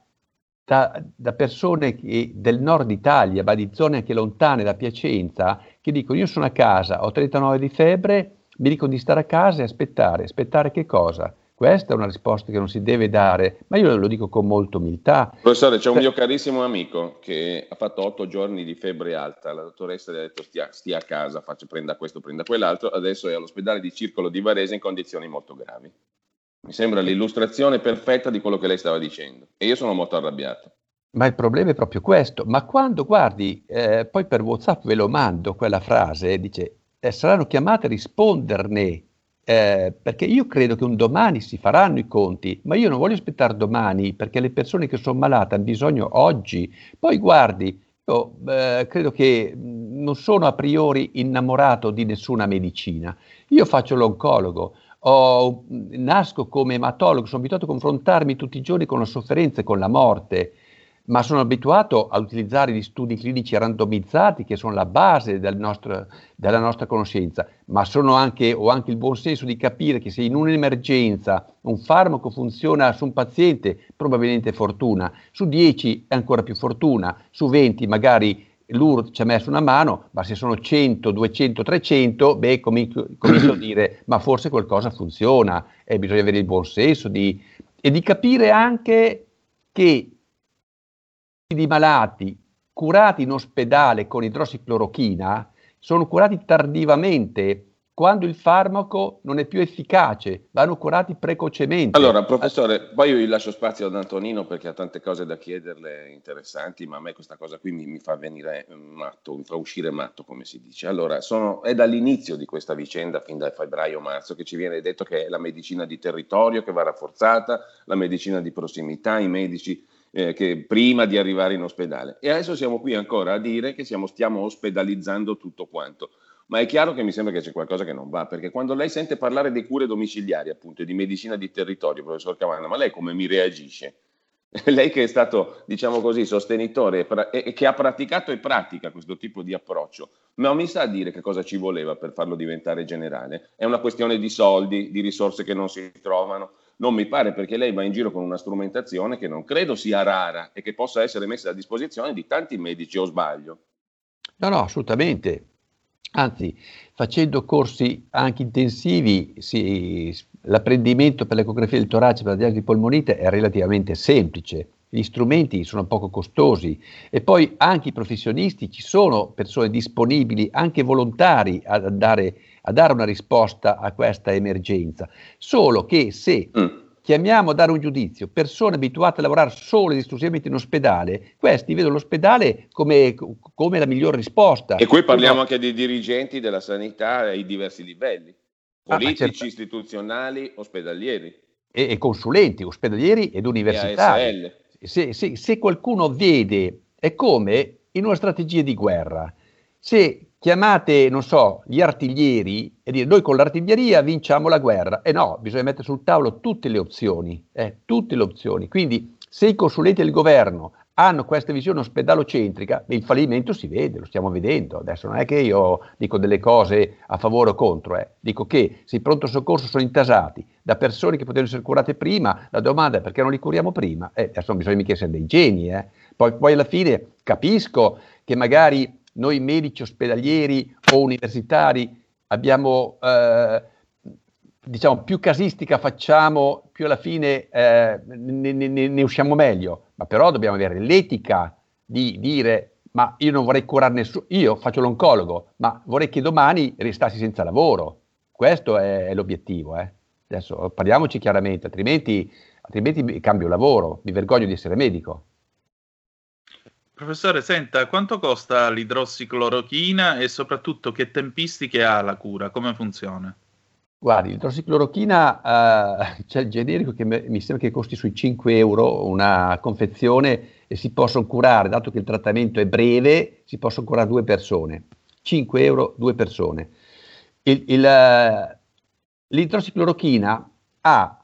persone del nord Italia, ma di zone anche lontane, da Piacenza, che dicono: io sono a casa, ho 39 di febbre, mi dicono di stare a casa e aspettare. Aspettare che cosa? Questa è una risposta che non si deve dare, ma io lo dico con molta umiltà. Professore, c'è un mio carissimo amico che ha fatto 8 giorni di febbre alta, la dottoressa gli ha detto stia a casa, prenda questo, prenda quell'altro, adesso è all'ospedale di Circolo di Varese in condizioni molto gravi. Mi sembra l'illustrazione perfetta di quello che lei stava dicendo e io sono molto arrabbiato. Ma il problema è proprio questo, ma quando guardi, poi per WhatsApp ve lo mando quella frase, dice saranno chiamate a risponderne. Perché io credo che un domani si faranno i conti, ma io non voglio aspettare domani perché le persone che sono malate hanno bisogno oggi. Poi guardi, io credo che non sono a priori innamorato di nessuna medicina. Io faccio l'oncologo, nasco come ematologo, sono abituato a confrontarmi tutti i giorni con la sofferenza e con la morte, ma sono abituato a utilizzare gli studi clinici randomizzati che sono la base della nostra conoscenza, ma ho anche il buon senso di capire che se in un'emergenza un farmaco funziona su un paziente, probabilmente fortuna, su 10 è ancora più fortuna, su 20 magari l'UR ci ha messo una mano, ma se sono 100, 200, 300, comincio a dire ma forse qualcosa funziona e bisogna avere il buon senso e di capire anche che di malati curati in ospedale con idrossiclorochina sono curati tardivamente quando il farmaco non è più efficace, vanno curati precocemente. Allora, professore, poi io gli lascio spazio ad Antonino perché ha tante cose da chiederle interessanti, ma a me questa cosa qui mi fa venire matto, mi fa uscire matto, come si dice. Allora, è dall'inizio di questa vicenda, fin da febbraio-marzo, che ci viene detto che è la medicina di territorio che va rafforzata, la medicina di prossimità, i medici che prima di arrivare in ospedale. E adesso siamo qui ancora a dire che stiamo ospedalizzando tutto quanto. Ma è chiaro che mi sembra che c'è qualcosa che non va, perché quando lei sente parlare di cure domiciliari, appunto, e di medicina di territorio, professor Cavanna, ma lei come mi reagisce? Lei che è stato, diciamo così, sostenitore e che ha praticato e pratica questo tipo di approccio, ma mi sa dire che cosa ci voleva per farlo diventare generale? È una questione di soldi, di risorse che non si trovano? Non mi pare, perché lei va in giro con una strumentazione che non credo sia rara e che possa essere messa a disposizione di tanti medici, o sbaglio? No, assolutamente. Anzi, facendo corsi anche intensivi, l'apprendimento per l'ecografia del torace, per la diagnosi di polmonite è relativamente semplice, gli strumenti sono poco costosi e poi anche i professionisti, ci sono persone disponibili, anche volontari a dare una risposta a questa emergenza, solo che se chiamiamo a dare un giudizio persone abituate a lavorare solo ed esclusivamente in ospedale, questi vedono l'ospedale come la miglior risposta. E qui parliamo anche di dirigenti della sanità ai diversi livelli, politici, certo, istituzionali, ospedalieri. E consulenti, ospedalieri ed universitari. E se qualcuno vede, è come in una strategia di guerra, se chiamate, non so, gli artiglieri e dire noi con l'artiglieria vinciamo la guerra, no, bisogna mettere sul tavolo tutte le opzioni. Quindi se i consulenti del governo hanno questa visione ospedalocentrica, il fallimento si vede, lo stiamo vedendo. Adesso non è che io dico delle cose a favore o contro, dico che se i pronto soccorso sono intasati da persone che potevano essere curate prima, la domanda è perché non li curiamo prima? Adesso non bisogna mica essere dei geni. Poi alla fine capisco che magari noi medici ospedalieri o universitari abbiamo, diciamo, più casistica facciamo, più alla fine ne usciamo meglio, ma però dobbiamo avere l'etica di dire ma io non vorrei curare nessuno, io faccio l'oncologo, ma vorrei che domani restassi senza lavoro. Questo è l'obiettivo. Adesso parliamoci chiaramente, altrimenti cambio lavoro, mi vergogno di essere medico. Professore, senta, quanto costa l'idrossiclorochina e soprattutto che tempistiche ha la cura? Come funziona? Guardi, l'idrossiclorochina c'è il generico che mi sembra che costi sui 5 euro una confezione e si possono curare, dato che il trattamento è breve, si possono curare 2 persone. 5 euro, 2 persone. L'idrossiclorochina ha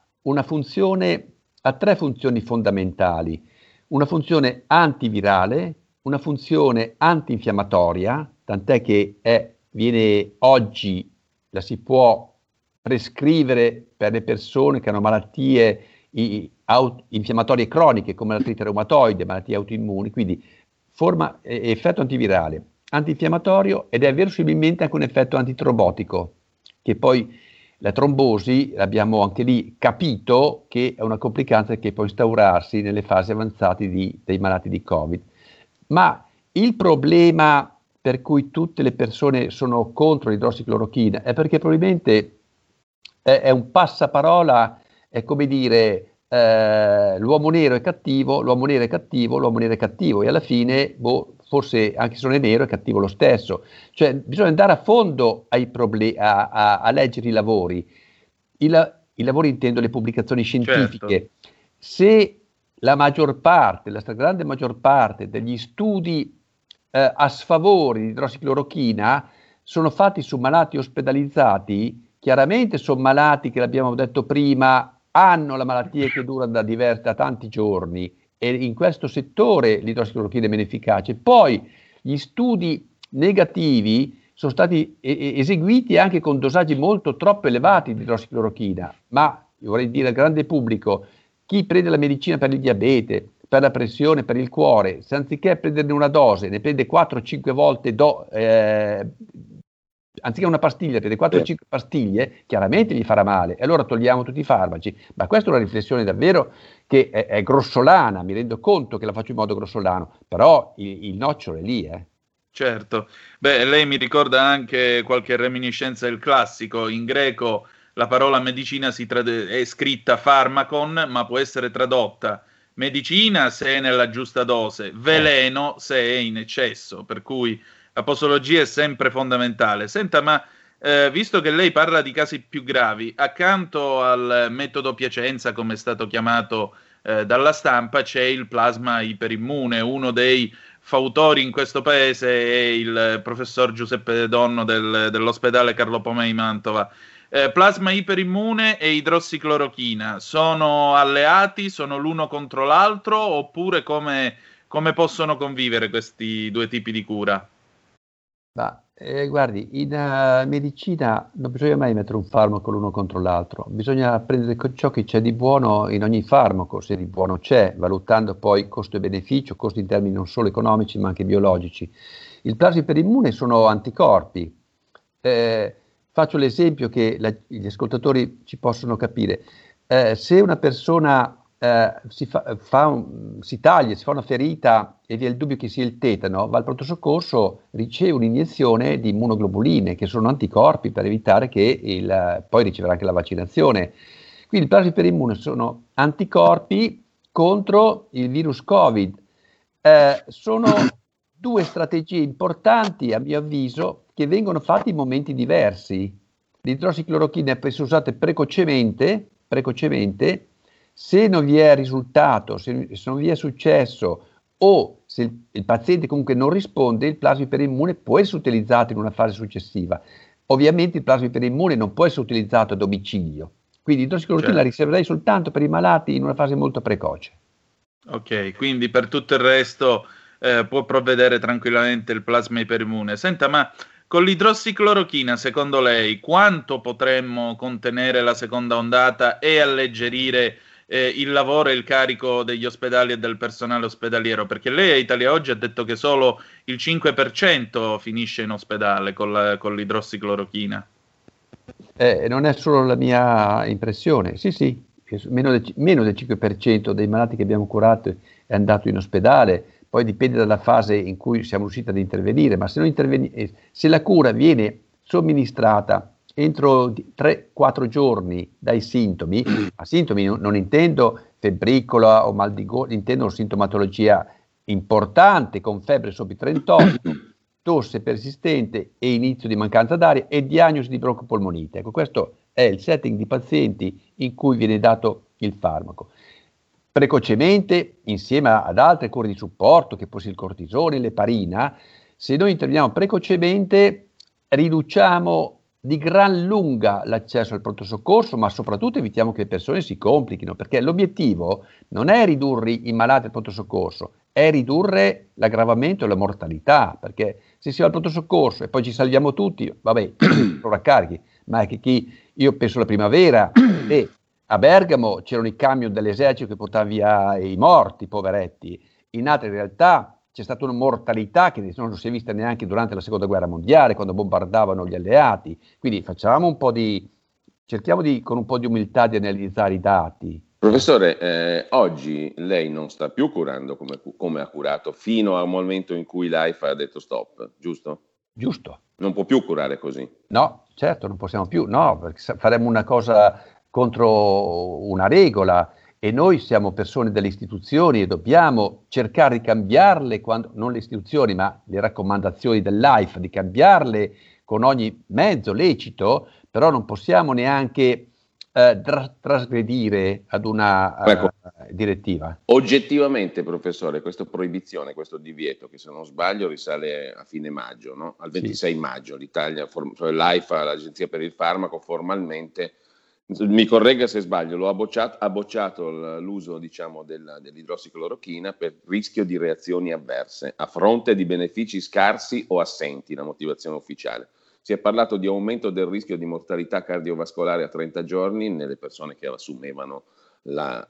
3 funzioni fondamentali. Una funzione antivirale, una funzione antinfiammatoria, tant'è che viene oggi, la si può prescrivere per le persone che hanno malattie infiammatorie croniche come l'artrite reumatoide, malattie autoimmuni, quindi forma effetto antivirale, antinfiammatorio ed è verosimilmente anche un effetto antitrombotico, che poi la trombosi abbiamo anche lì capito che è una complicanza che può instaurarsi nelle fasi avanzate dei malati di Covid. Ma il problema per cui tutte le persone sono contro l'idrossiclorochina è perché probabilmente è un passaparola, è come dire l'uomo nero è cattivo, l'uomo nero è cattivo, l'uomo nero è cattivo e alla fine forse anche se non è nero è cattivo lo stesso. Cioè bisogna andare a fondo ai problemi, a leggere i lavori. I lavori intendo le pubblicazioni scientifiche. Certo. Se la stragrande maggior parte degli studi a sfavore di idrossiclorochina sono fatti su malati ospedalizzati, chiaramente sono malati che, l'abbiamo detto prima, hanno la malattia che dura da tanti giorni e in questo settore l'idrossiclorochina è meno efficace. Poi gli studi negativi sono stati eseguiti anche con dosaggi molto troppo elevati di idrossiclorochina, ma io vorrei dire al grande pubblico, chi prende la medicina per il diabete, per la pressione, per il cuore, se anziché prenderne una dose ne prende 4-5 volte anziché una pastiglia, prende 4-5 pastiglie, chiaramente gli farà male, e allora togliamo tutti i farmaci. Ma questa è una riflessione davvero che è grossolana, mi rendo conto che la faccio in modo grossolano, però il nocciolo è lì, Certo. Beh, lei mi ricorda anche qualche reminiscenza del classico. In greco la parola medicina è scritta pharmakon, ma può essere tradotta medicina se è nella giusta dose, veleno se è in eccesso, per cui la posologia è sempre fondamentale. Senta, ma visto che lei parla di casi più gravi, accanto al metodo Piacenza, come è stato chiamato dalla stampa, c'è il plasma iperimmune. Uno dei fautori in questo paese è il professor Giuseppe Donno dell'ospedale Carlo Pomei Mantova. Plasma iperimmune e idrossiclorochina sono alleati, sono l'uno contro l'altro, oppure come possono convivere questi due tipi di cura? Guardi, in medicina non bisogna mai mettere un farmaco l'uno contro l'altro, bisogna prendere ciò che c'è di buono in ogni farmaco, se di buono c'è, valutando poi costo e beneficio, costi in termini non solo economici ma anche biologici. Il plasma iperimmune sono anticorpi. Faccio l'esempio che gli ascoltatori ci possono capire. Se una persona si taglia, si fa una ferita e vi è il dubbio che sia il tetano, va al pronto soccorso, riceve un'iniezione di immunoglobuline, che sono anticorpi per evitare che poi riceverà anche la vaccinazione. Quindi il plasma iperimmune sono anticorpi contro il virus Covid. Sono due strategie importanti, a mio avviso, che vengono fatte in momenti diversi. L'idrossiclorochina è usata precocemente, se non vi è risultato, se non vi è successo o se il paziente comunque non risponde, il plasma iperimmune può essere utilizzato in una fase successiva. Ovviamente il plasma iperimmune non può essere utilizzato a domicilio, quindi l'idrossiclorochina la riserverei soltanto per i malati in una fase molto precoce. Ok, quindi per tutto il resto può provvedere tranquillamente il plasma iperimmune. Senta, ma con l'idrossiclorochina, secondo lei, quanto potremmo contenere la seconda ondata e alleggerire il lavoro e il carico degli ospedali e del personale ospedaliero? Perché lei a Italia Oggi ha detto che solo il 5% finisce in ospedale con l'idrossiclorochina. Non è solo la mia impressione, sì, meno del 5% dei malati che abbiamo curato è andato in ospedale. Poi dipende dalla fase in cui siamo riusciti ad intervenire, ma se la cura viene somministrata entro 3-4 giorni dai sintomi, a sintomi non intendo febbricola o mal di gola, intendo sintomatologia importante con febbre sopra i 38, tosse persistente e inizio di mancanza d'aria e diagnosi di broncopolmonite. Ecco, questo è il setting di pazienti in cui viene dato il farmaco. Precocemente, insieme ad altre cure di supporto, che può essere il cortisone, l'eparina, se noi interveniamo precocemente riduciamo di gran lunga l'accesso al pronto soccorso, ma soprattutto evitiamo che le persone si complichino, perché l'obiettivo non è ridurre i malati al pronto soccorso, è ridurre l'aggravamento e la mortalità, perché se si va al pronto soccorso e poi ci salviamo tutti, vabbè, sovraccarichi, ma è che io penso alla primavera e a Bergamo c'erano i camion dell'esercito che portavano via i morti, poveretti. In altre realtà c'è stata una mortalità che non si è vista neanche durante la seconda guerra mondiale, quando bombardavano gli alleati. Quindi cerchiamo con un po' di umiltà di analizzare i dati. Professore, oggi lei non sta più curando come ha curato fino al momento in cui l'AIFA ha detto stop, giusto? Giusto. Non può più curare così? No, certo, non possiamo più, no, perché faremmo una cosa contro una regola e noi siamo persone delle istituzioni e dobbiamo cercare di cambiarle, non le istituzioni ma le raccomandazioni dell'AIFA, di cambiarle con ogni mezzo lecito, però non possiamo neanche trasgredire ad una direttiva. Oggettivamente, professore, questa proibizione, questo divieto, che se non sbaglio risale a fine maggio, no? Al 26 maggio, l'Italia, l'AIFA, l'Agenzia per il Farmaco, formalmente, mi corregga se sbaglio, ha bocciato l'uso, diciamo, dell'idrossiclorochina per rischio di reazioni avverse, a fronte di benefici scarsi o assenti, la motivazione ufficiale. Si è parlato di aumento del rischio di mortalità cardiovascolare a 30 giorni nelle persone che assumevano la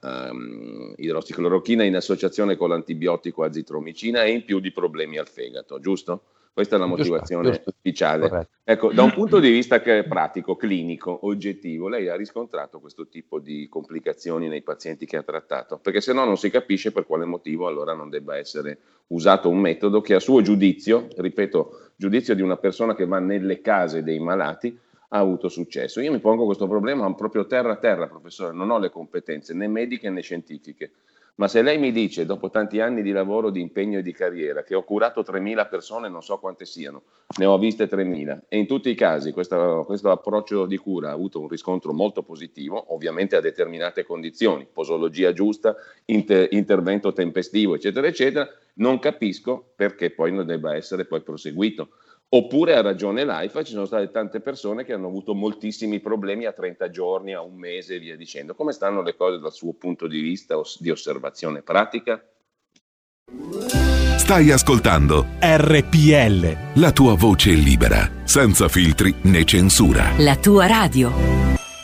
idrossiclorochina in associazione con l'antibiotico azitromicina e in più di problemi al fegato, giusto? Questa è la motivazione giusto. ufficiale. Corretto. Ecco, da un punto di vista pratico, clinico, oggettivo, lei ha riscontrato questo tipo di complicazioni nei pazienti che ha trattato? Perché se no non si capisce per quale motivo allora non debba essere usato un metodo che a suo giudizio, ripeto, giudizio di una persona che va nelle case dei malati, ha avuto successo. Io mi pongo questo problema proprio terra a terra, professore, non ho le competenze né mediche né scientifiche. Ma se lei mi dice, dopo tanti anni di lavoro, di impegno e di carriera, che ho curato 3.000 persone, non so quante siano, ne ho viste 3.000, e in tutti i casi questo approccio di cura ha avuto un riscontro molto positivo, ovviamente a determinate condizioni, posologia giusta, intervento tempestivo, eccetera, eccetera, non capisco perché poi non debba essere poi proseguito. Oppure ha ragione l'AIFA, ci sono state tante persone che hanno avuto moltissimi problemi a 30 giorni, a un mese e via dicendo. Come stanno le cose dal suo punto di vista di osservazione pratica? Stai ascoltando RPL, la tua voce libera, senza filtri né censura. La tua radio.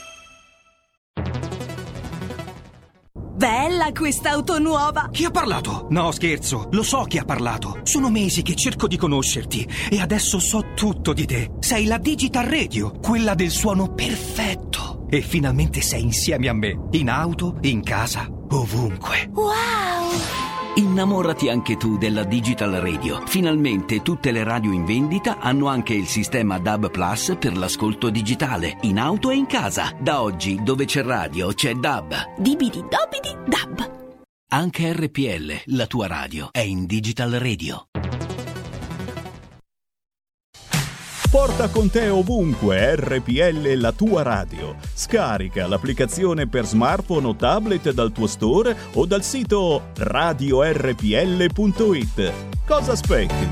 Bella quest'auto nuova! Chi ha parlato? No, scherzo, lo so chi ha parlato. Sono mesi che cerco di conoscerti e adesso so tutto di te. Sei la Digital Radio, quella del suono perfetto. E finalmente sei insieme a me, in auto, in casa, ovunque. Wow! Innamorati anche tu della Digital Radio. Finalmente tutte le radio in vendita hanno anche il sistema DAB Plus per l'ascolto digitale, in auto e in casa. Da oggi, dove c'è radio, c'è DAB. Dibidi dobidi dab. Anche RPL, la tua radio, è in Digital Radio. Porta con te ovunque RPL, la tua radio. Scarica l'applicazione per smartphone o tablet dal tuo store o dal sito radiorpl.it. Cosa aspetti?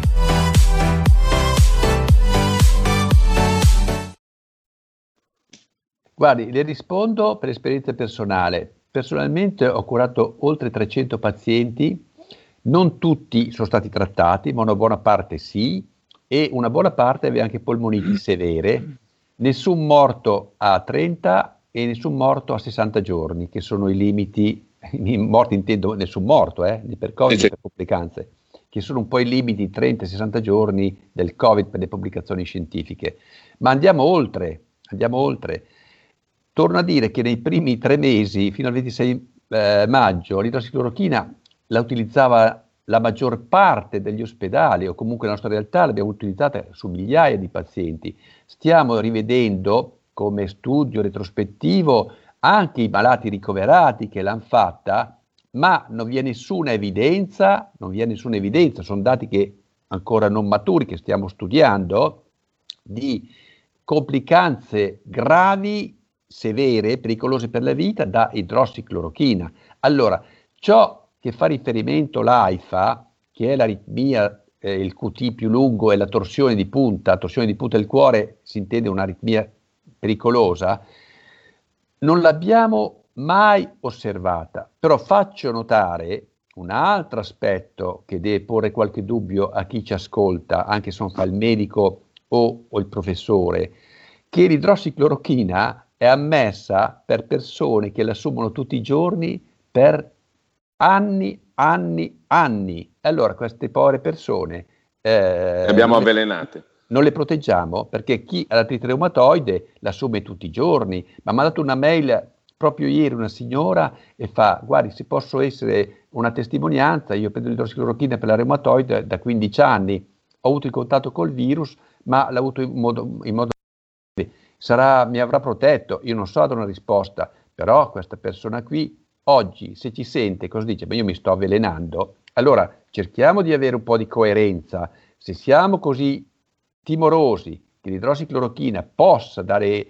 Guardi, le rispondo per esperienza personale. Personalmente ho curato oltre 300 pazienti, non tutti sono stati trattati, ma una buona parte sì, e una buona parte aveva anche polmoniti severe, nessun morto a 30 e nessun morto a 60 giorni, che sono i limiti, morti intendo nessun morto, per Covid, per complicanze, che sono un po' i limiti 30-60 giorni del Covid per le pubblicazioni scientifiche. Ma andiamo oltre. Torno a dire che nei primi 3 mesi, fino al 26 maggio, l'idrossiclorochina la utilizzava la maggior parte degli ospedali, o comunque la nostra realtà l'abbiamo utilizzata su migliaia di pazienti. Stiamo rivedendo, come studio retrospettivo, anche i malati ricoverati che l'hanno fatta, ma non vi è nessuna evidenza, sono dati che ancora non maturi, che stiamo studiando, di complicanze gravi, severe, pericolose per la vita da idrossiclorochina. Allora, ciò che fa riferimento l'AIFA, che è l'aritmia, il QT più lungo e la torsione di punta del cuore, si intende un'aritmia pericolosa, non l'abbiamo mai osservata. Però faccio notare un altro aspetto che deve porre qualche dubbio a chi ci ascolta, anche se non fa il medico o il professore, che l'idrossiclorochina è ammessa per persone che l'assumono tutti i giorni per anni. Allora queste povere persone abbiamo avvelenate. Non le proteggiamo, perché chi ha l'artrite reumatoide l'assume tutti i giorni. Ma mi ha dato una mail proprio ieri una signora e fa: guardi, se posso essere una testimonianza, io prendo l'idrossiclorochina per la reumatoide da 15 anni, ho avuto il contatto col virus, ma l'ho avuto in modo mi avrà protetto. Io non so dare una risposta, però questa persona qui oggi, se ci sente, cosa dice? Io mi sto avvelenando. Allora cerchiamo di avere un po' di coerenza. Se siamo così timorosi che l'idrossiclorochina possa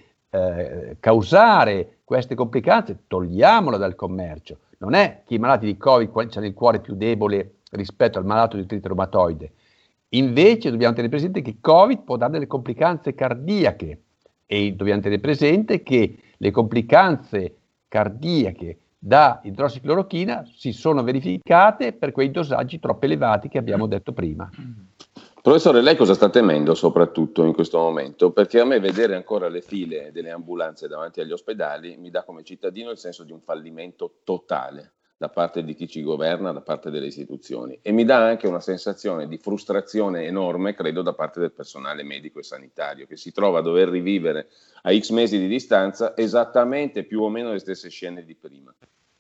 causare queste complicanze, togliamola dal commercio. Non è che i malati di Covid hanno il cuore più debole rispetto al malato di artrite reumatoide. Invece dobbiamo tenere presente che Covid può dare delle complicanze cardiache, e dobbiamo tenere presente che le complicanze cardiache da idrossiclorochina si sono verificate per quei dosaggi troppo elevati che abbiamo detto prima. Professore, lei cosa sta temendo soprattutto in questo momento? Perché a me vedere ancora le file delle ambulanze davanti agli ospedali mi dà come cittadino il senso di un fallimento totale. da parte di chi ci governa, da parte delle istituzioni, e mi dà anche una sensazione di frustrazione enorme, credo, da parte del personale medico e sanitario, che si trova a dover rivivere a X mesi di distanza esattamente più o meno le stesse scene di prima.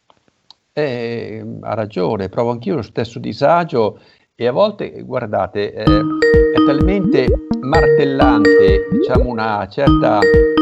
Ha ragione, provo anch'io lo stesso disagio, e a volte, guardate, è talmente martellante, diciamo, una certa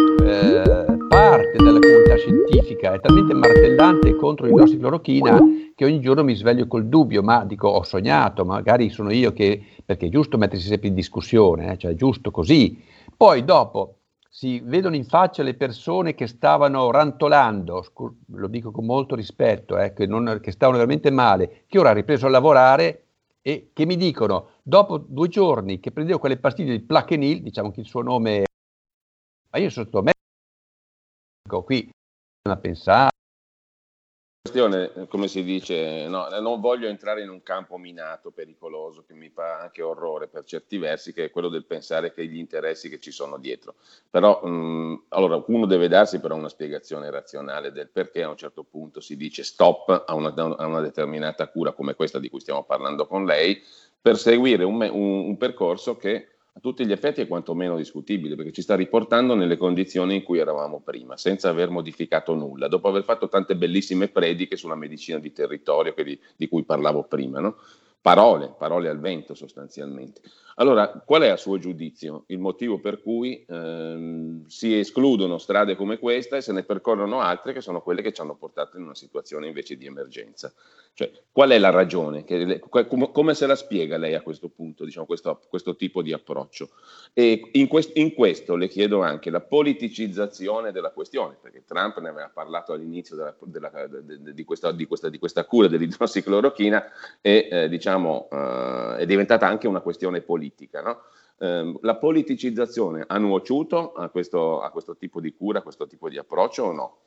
parte della comunità scientifica, è talmente martellante contro l'idrossiclorochina che ogni giorno mi sveglio col dubbio, ma dico, ho sognato, magari sono io che, perché è giusto mettersi sempre in discussione, cioè è giusto così. Poi dopo si vedono in faccia le persone che stavano rantolando, lo dico con molto rispetto, che stavano veramente male, che ora ha ripreso a lavorare e che mi dicono, dopo 2 giorni che prendevo quelle pastiglie di Plaquenil, diciamo che il suo nome, ma io sono stato medico, qui a pensare. Questione, come si dice, no, non voglio entrare in un campo minato, pericoloso, che mi fa anche orrore per certi versi, che è quello del pensare che gli interessi che ci sono dietro. Però, allora, uno deve darsi però una spiegazione razionale del perché a un certo punto si dice stop a una determinata cura come questa di cui stiamo parlando con lei, per seguire un percorso che a tutti gli effetti è quantomeno discutibile, perché ci sta riportando nelle condizioni in cui eravamo prima, senza aver modificato nulla, dopo aver fatto tante bellissime prediche sulla medicina di territorio di cui parlavo prima, no? Parole al vento sostanzialmente. Allora, qual è a suo giudizio il motivo per cui si escludono strade come questa e se ne percorrono altre che sono quelle che ci hanno portato in una situazione invece di emergenza? Cioè, qual è la ragione? Come se la spiega lei a questo punto, diciamo, questo tipo di approccio? E in questo le chiedo anche la politicizzazione della questione, perché Trump ne aveva parlato all'inizio di questa cura dell'idrossiclorochina e diciamo è diventata anche una questione politica, no? La politicizzazione ha nuociuto a questo tipo di cura, a questo tipo di approccio o no?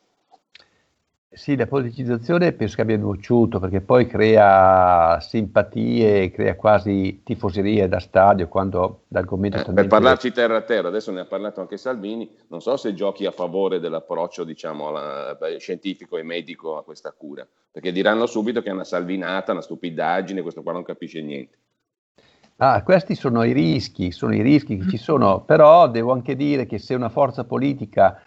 Sì, la politicizzazione penso che abbia nuociuto, perché poi crea simpatie, crea quasi tifoserie da stadio, quando l'argomento per parlarci terra a terra, adesso ne ha parlato anche Salvini, non so se giochi a favore dell'approccio, diciamo, scientifico e medico a questa cura, perché diranno subito che è una salvinata, una stupidaggine, questo qua non capisce niente. Questi sono i rischi che ci sono, però devo anche dire che se una forza politica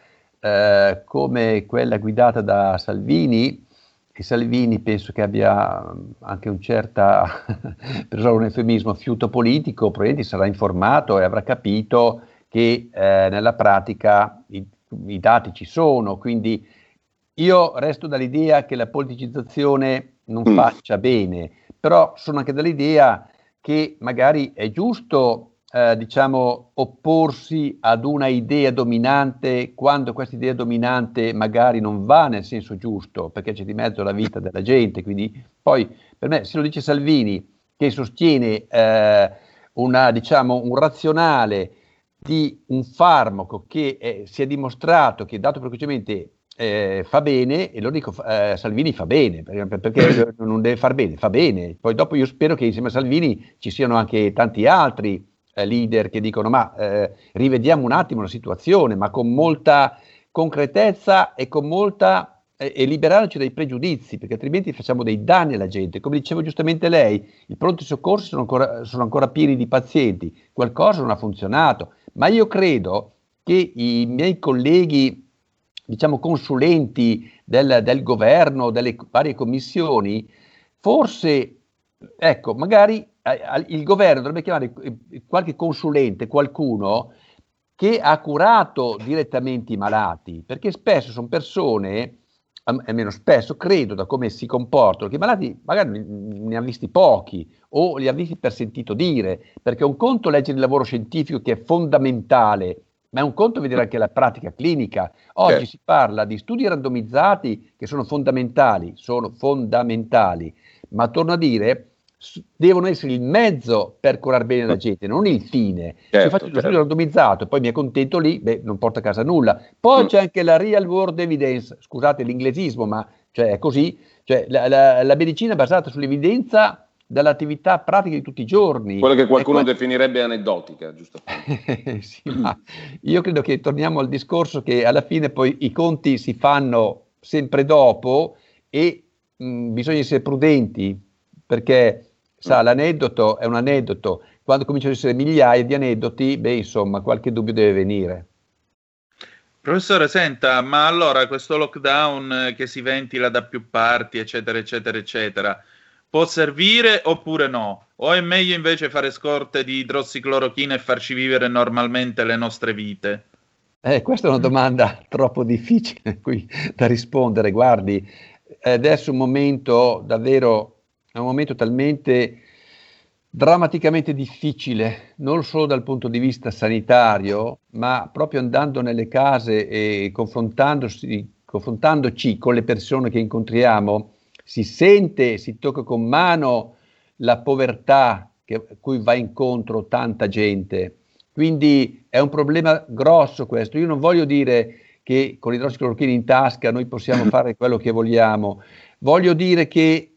come quella guidata da Salvini, e Salvini penso che abbia anche un certa, per usare un eufemismo, fiuto politico, probabilmente sarà informato e avrà capito che nella pratica i dati ci sono, quindi io resto dall'idea che la politicizzazione non faccia bene, però sono anche dall'idea che magari è giusto diciamo, opporsi ad una idea dominante quando questa idea dominante magari non va nel senso giusto, perché c'è di mezzo la vita della gente. Quindi poi per me, se lo dice Salvini, che sostiene diciamo, un razionale di un farmaco che si è dimostrato che dato precocemente fa bene, e lo dico, Salvini fa bene, perché non deve far bene, fa bene. Poi dopo io spero che insieme a Salvini ci siano anche tanti altri leader che dicono ma rivediamo un attimo la situazione, ma con molta concretezza e con molta e liberarci dai pregiudizi, perché altrimenti facciamo dei danni alla gente. Come diceva giustamente lei, i pronti soccorsi sono ancora pieni di pazienti, qualcosa non ha funzionato, ma io credo che i miei colleghi, diciamo consulenti del governo, delle varie commissioni, forse, ecco, magari il governo dovrebbe chiamare qualche consulente, qualcuno che ha curato direttamente i malati, perché spesso sono persone, almeno spesso, credo da come si comportano, che i malati magari ne hanno visti pochi o li ha visti per sentito dire, perché un conto leggere il lavoro scientifico che è fondamentale, ma è un conto vedere anche la pratica clinica. Oggi si parla di studi randomizzati che sono fondamentali, ma torno a dire, devono essere il mezzo per curare bene la gente, non il fine. Se faccio uno studio randomizzato e poi mi accontento lì, non porta a casa nulla. Poi c'è anche la real world evidence, scusate l'inglesismo, ma cioè, è così, cioè, la medicina è basata sull'evidenza dall'attività pratica di tutti i giorni. Quello che qualcuno definirebbe aneddotica, giusto? Sì, ma io credo che torniamo al discorso che alla fine poi i conti si fanno sempre dopo e bisogna essere prudenti, perché l'aneddoto è un aneddoto, quando cominciano ad essere migliaia di aneddoti, insomma, qualche dubbio deve venire. Professore, senta, ma allora questo lockdown che si ventila da più parti, eccetera, eccetera, eccetera, può servire oppure no? O è meglio invece fare scorte di idrossiclorochina e farci vivere normalmente le nostre vite? Questa è una domanda troppo difficile qui da rispondere. Guardi, adesso è un momento davvero, è un momento talmente drammaticamente difficile, non solo dal punto di vista sanitario, ma proprio andando nelle case e confrontandoci con le persone che incontriamo, si sente, si tocca con mano la povertà a cui va incontro tanta gente. Quindi è un problema grosso questo. Io non voglio dire che con l'idrossiclorochina in tasca noi possiamo fare quello che vogliamo. Voglio dire che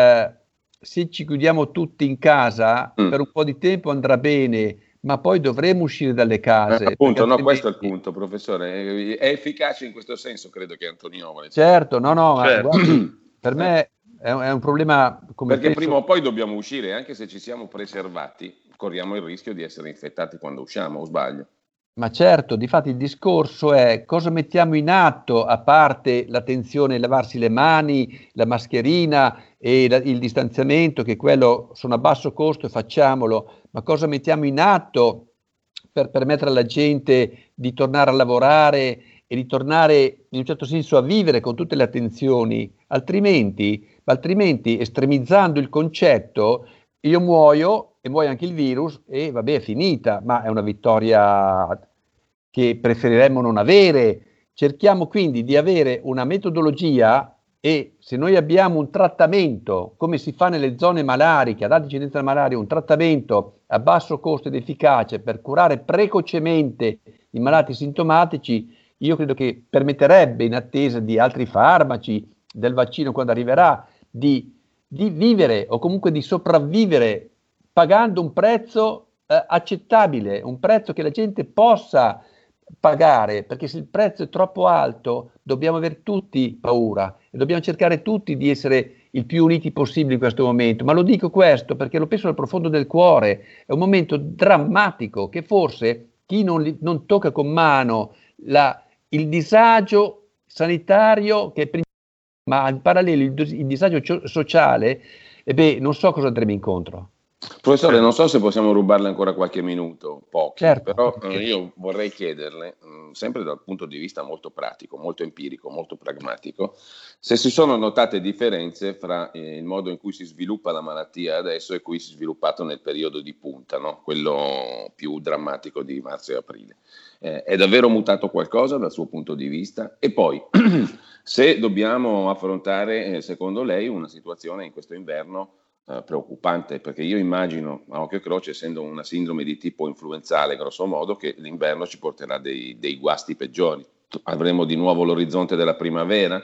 se ci chiudiamo tutti in casa, per un po' di tempo andrà bene, ma poi dovremo uscire dalle case. Appunto, no, questo è il punto, professore. È efficace in questo senso, credo che Antonino vuole dire. Certo, no, ma guardi, per me è un problema come perché prima o poi dobbiamo uscire, anche se ci siamo preservati, corriamo il rischio di essere infettati quando usciamo, o sbaglio? Ma certo, difatti il discorso è cosa mettiamo in atto, a parte l'attenzione a lavarsi le mani, la mascherina e il distanziamento, che quello sono a basso costo e facciamolo, ma cosa mettiamo in atto per permettere alla gente di tornare a lavorare e di tornare in un certo senso a vivere con tutte le attenzioni, altrimenti estremizzando il concetto, io muoio e muoio anche il virus e vabbè, è finita, ma è una vittoria che preferiremmo non avere. Cerchiamo quindi di avere una metodologia, e se noi abbiamo un trattamento, come si fa nelle zone malariche, ad alta incidenza della malaria, un trattamento a basso costo ed efficace per curare precocemente i malati sintomatici, io credo che permetterebbe, in attesa di altri farmaci, del vaccino quando arriverà, di vivere o comunque di sopravvivere pagando un prezzo accettabile, un prezzo che la gente possa pagare, perché se il prezzo è troppo alto dobbiamo avere tutti paura e dobbiamo cercare tutti di essere il più uniti possibile in questo momento. Ma lo dico questo perché lo penso dal profondo del cuore, è un momento drammatico che forse chi non tocca con mano il disagio sanitario, che è ma in parallelo il disagio sociale, non so cosa andremo incontro. Professore, non so se possiamo rubarle ancora qualche minuto, pochi, certo, però io vorrei chiederle, sempre dal punto di vista molto pratico, molto empirico, molto pragmatico, se si sono notate differenze fra il modo in cui si sviluppa la malattia adesso e cui si è sviluppato nel periodo di punta, no? Quello più drammatico di marzo e aprile. È davvero mutato qualcosa dal suo punto di vista? E poi, se dobbiamo affrontare, secondo lei, una situazione in questo inverno preoccupante, perché io immagino, a occhio e croce, essendo una sindrome di tipo influenzale grosso modo, che l'inverno ci porterà dei guasti peggiori. Avremo di nuovo l'orizzonte della primavera?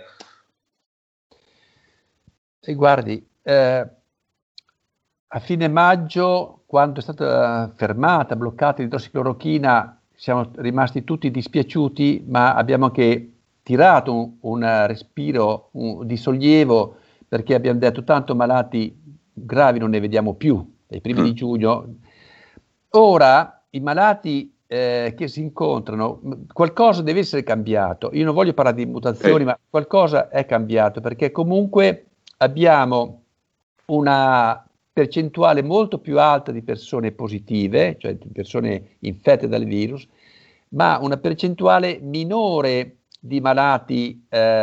E guardi, a fine maggio, quando è stata fermata, bloccata l'idrossiclorochina, siamo rimasti tutti dispiaciuti, ma abbiamo anche tirato un respiro di sollievo, perché abbiamo detto tanto malati gravi non ne vediamo più, ai primi di giugno. Ora i malati che si incontrano, qualcosa deve essere cambiato. Io non voglio parlare di mutazioni, ma qualcosa è cambiato, perché comunque abbiamo una percentuale molto più alta di persone positive, cioè di persone infette dal virus, ma una percentuale minore di malati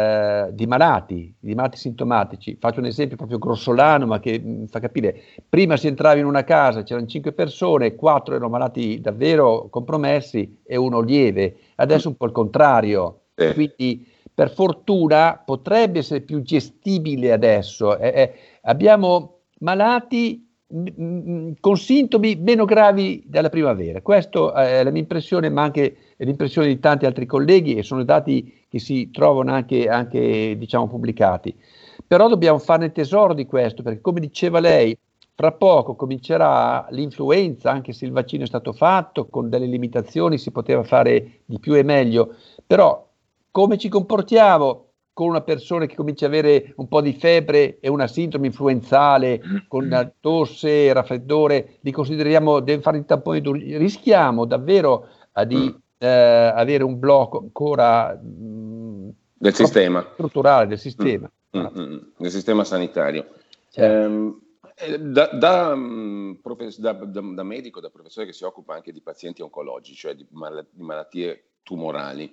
sintomatici. Faccio un esempio proprio grossolano, ma che fa capire. Prima si entrava in una casa, c'erano 5 persone, 4 erano malati davvero compromessi e 1 lieve. Adesso un po' il contrario. Quindi per fortuna potrebbe essere più gestibile adesso. Abbiamo malati con sintomi meno gravi della primavera. Questa è la mia impressione, ma anche l'impressione di tanti altri colleghi, e sono dati che si trovano anche diciamo pubblicati. Però dobbiamo farne tesoro di questo, perché come diceva lei, fra poco comincerà l'influenza, anche se il vaccino è stato fatto, con delle limitazioni si poteva fare di più e meglio, però come ci comportiamo con una persona che comincia a avere un po' di febbre e una sindrome influenzale, con una tosse, raffreddore, li consideriamo, deve fare i tamponi rischiamo davvero di avere un blocco ancora del sistema strutturale del sistema. Del sistema sanitario. Certo. Da medico, da professore che si occupa anche di pazienti oncologici, cioè di malattie tumorali,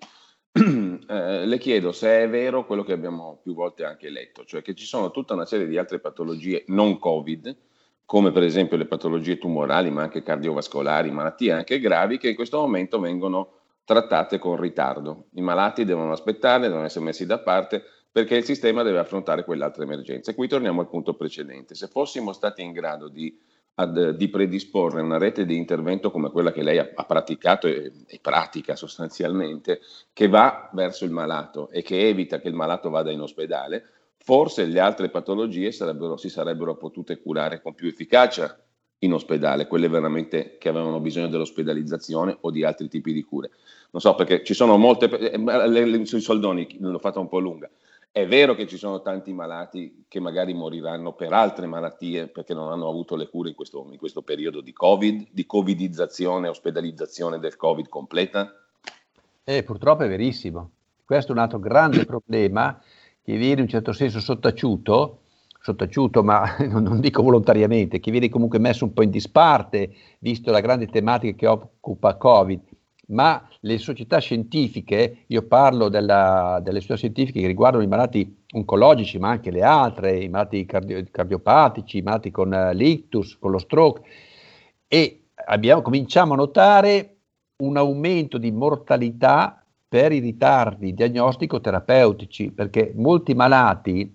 le chiedo se è vero quello che abbiamo più volte anche letto, cioè che ci sono tutta una serie di altre patologie non Covid, come per esempio le patologie tumorali, ma anche cardiovascolari, malattie anche gravi, che in questo momento vengono trattate con ritardo. I malati devono aspettare, devono essere messi da parte, perché il sistema deve affrontare quell'altra emergenza. E qui torniamo al punto precedente. Se fossimo stati in grado di predisporre una rete di intervento come quella che lei ha praticato e pratica sostanzialmente, che va verso il malato e che evita che il malato vada in ospedale, forse le altre patologie si sarebbero potute curare con più efficacia in ospedale, quelle veramente che avevano bisogno dell'ospedalizzazione o di altri tipi di cure. Non so, perché ci sono molte, sui soldoni l'ho fatta un po' lunga. È vero che ci sono tanti malati che magari moriranno per altre malattie perché non hanno avuto le cure in questo periodo di Covid, di covidizzazione, ospedalizzazione del Covid completa? Purtroppo è verissimo. Questo è un altro grande problema che viene in un certo senso sottaciuto, ma non dico volontariamente, che viene comunque messo un po' in disparte, visto la grande tematica che occupa Covid. Ma le società scientifiche, io parlo delle società scientifiche che riguardano i malati oncologici, ma anche le altre, i malati cardiopatici, i malati con l'ictus, con lo stroke, e cominciamo a notare un aumento di mortalità per i ritardi diagnostico-terapeutici, perché molti malati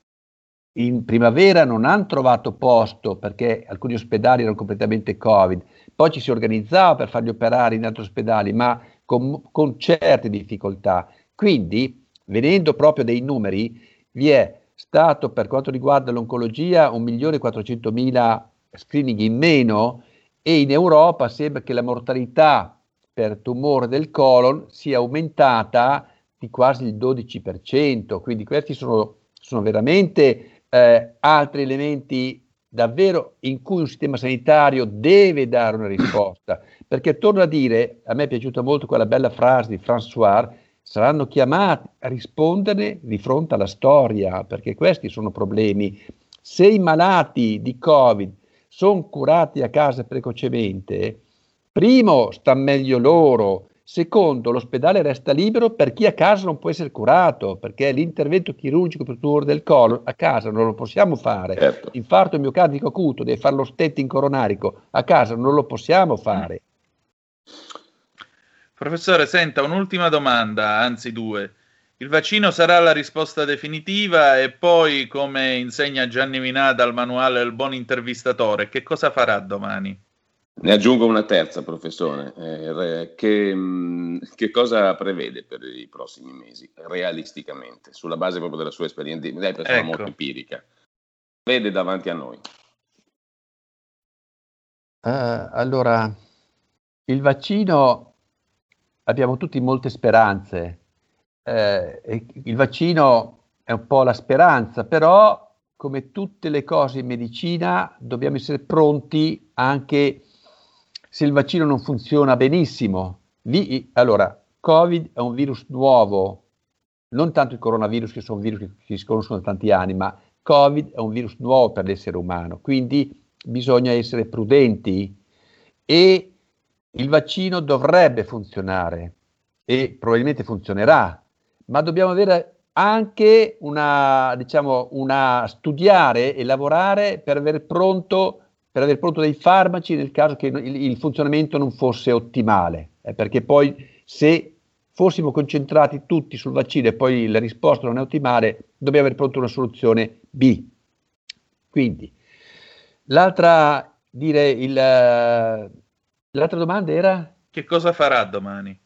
in primavera non hanno trovato posto perché alcuni ospedali erano completamente Covid, poi ci si organizzava per farli operare in altri ospedali, ma con certe difficoltà. Quindi, venendo proprio dai numeri, vi è stato, per quanto riguarda l'oncologia, 1.400.000 screening in meno, e in Europa sembra che la mortalità per tumore del colon sia aumentata di quasi il 12%. Quindi questi sono veramente altri elementi davvero in cui un sistema sanitario deve dare una risposta, perché torno a dire, a me è piaciuta molto quella bella frase di François, saranno chiamati a rispondere di fronte alla storia, perché questi sono problemi. Se i malati di Covid sono curati a casa precocemente, primo, sta meglio loro. Secondo, l'ospedale resta libero per chi a casa non può essere curato, perché l'intervento chirurgico per tumore del colon a casa non lo possiamo fare. Certo. Infarto miocardico acuto, deve fare lo stenting coronarico, a casa non lo possiamo fare. Professore, senta, un'ultima domanda, anzi due. Il vaccino sarà la risposta definitiva e poi, come insegna Gianni Minà dal manuale Il buon intervistatore, che cosa farà domani? Ne aggiungo una terza, professore. Che cosa prevede per i prossimi mesi, realisticamente, sulla base proprio della sua esperienza? Lei è persona molto empirica. Vede davanti a noi. Allora, il vaccino, abbiamo tutti molte speranze. Il vaccino è un po' la speranza, però, come tutte le cose in medicina, dobbiamo essere pronti anche se il vaccino non funziona benissimo. Allora, Covid è un virus nuovo, non tanto il coronavirus, che sono virus che si conoscono da tanti anni, ma Covid è un virus nuovo per l'essere umano, quindi bisogna essere prudenti e il vaccino dovrebbe funzionare e probabilmente funzionerà, ma dobbiamo avere anche studiare e lavorare per aver pronto dei farmaci nel caso che il funzionamento non fosse ottimale, perché poi se fossimo concentrati tutti sul vaccino e poi la risposta non è ottimale, dobbiamo avere pronto una soluzione B. Quindi, l'altra domanda era? Che cosa farà domani?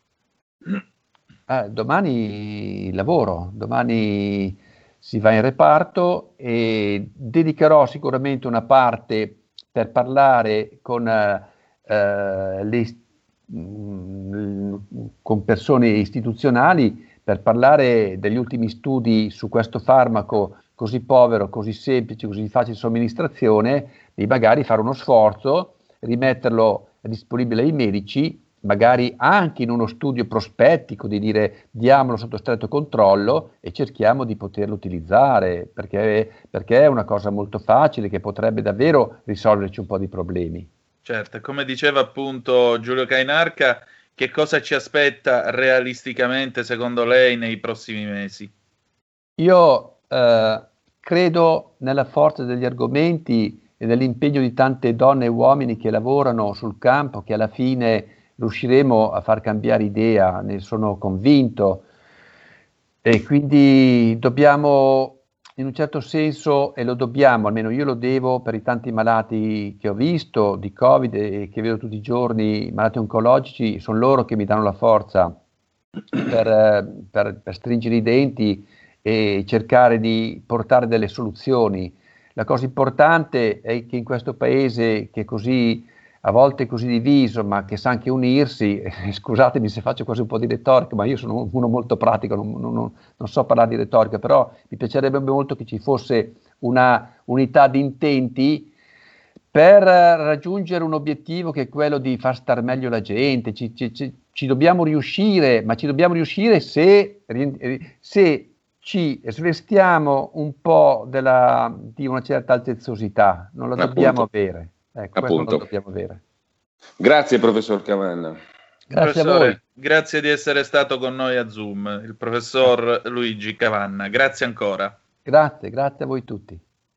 Domani lavoro, domani si va in reparto e dedicherò sicuramente una parte per parlare con persone istituzionali per parlare degli ultimi studi su questo farmaco così povero, così semplice, così di facile somministrazione, di magari fare uno sforzo, rimetterlo disponibile ai medici, magari anche in uno studio prospettico, di dire diamolo sotto stretto controllo e cerchiamo di poterlo utilizzare, perché è una cosa molto facile che potrebbe davvero risolverci un po' di problemi. Certo, come diceva appunto Giulio Cainarca, che cosa ci aspetta realisticamente secondo lei nei prossimi mesi? Io credo nella forza degli argomenti e nell'impegno di tante donne e uomini che lavorano sul campo, che alla fine riusciremo a far cambiare idea, ne sono convinto, e quindi dobbiamo in un certo senso, e lo dobbiamo, almeno io lo devo per i tanti malati che ho visto di Covid e che vedo tutti i giorni, malati oncologici, sono loro che mi danno la forza per stringere i denti e cercare di portare delle soluzioni. La cosa importante è che in questo paese che così a volte è così diviso, ma che sa anche unirsi, scusatemi se faccio quasi un po' di retorica, ma io sono uno molto pratico, non so parlare di retorica, però mi piacerebbe molto che ci fosse una unità di intenti per raggiungere un obiettivo che è quello di far star meglio la gente. Ci dobbiamo riuscire, ma ci dobbiamo riuscire se ci svestiamo un po' di una certa altezzosità, non la dobbiamo avere. Ecco, questo lo dobbiamo avere. Grazie professor Cavanna. Grazie a voi. Grazie di essere stato con noi a Zoom, il professor Luigi Cavanna. Grazie ancora. Grazie a voi tutti.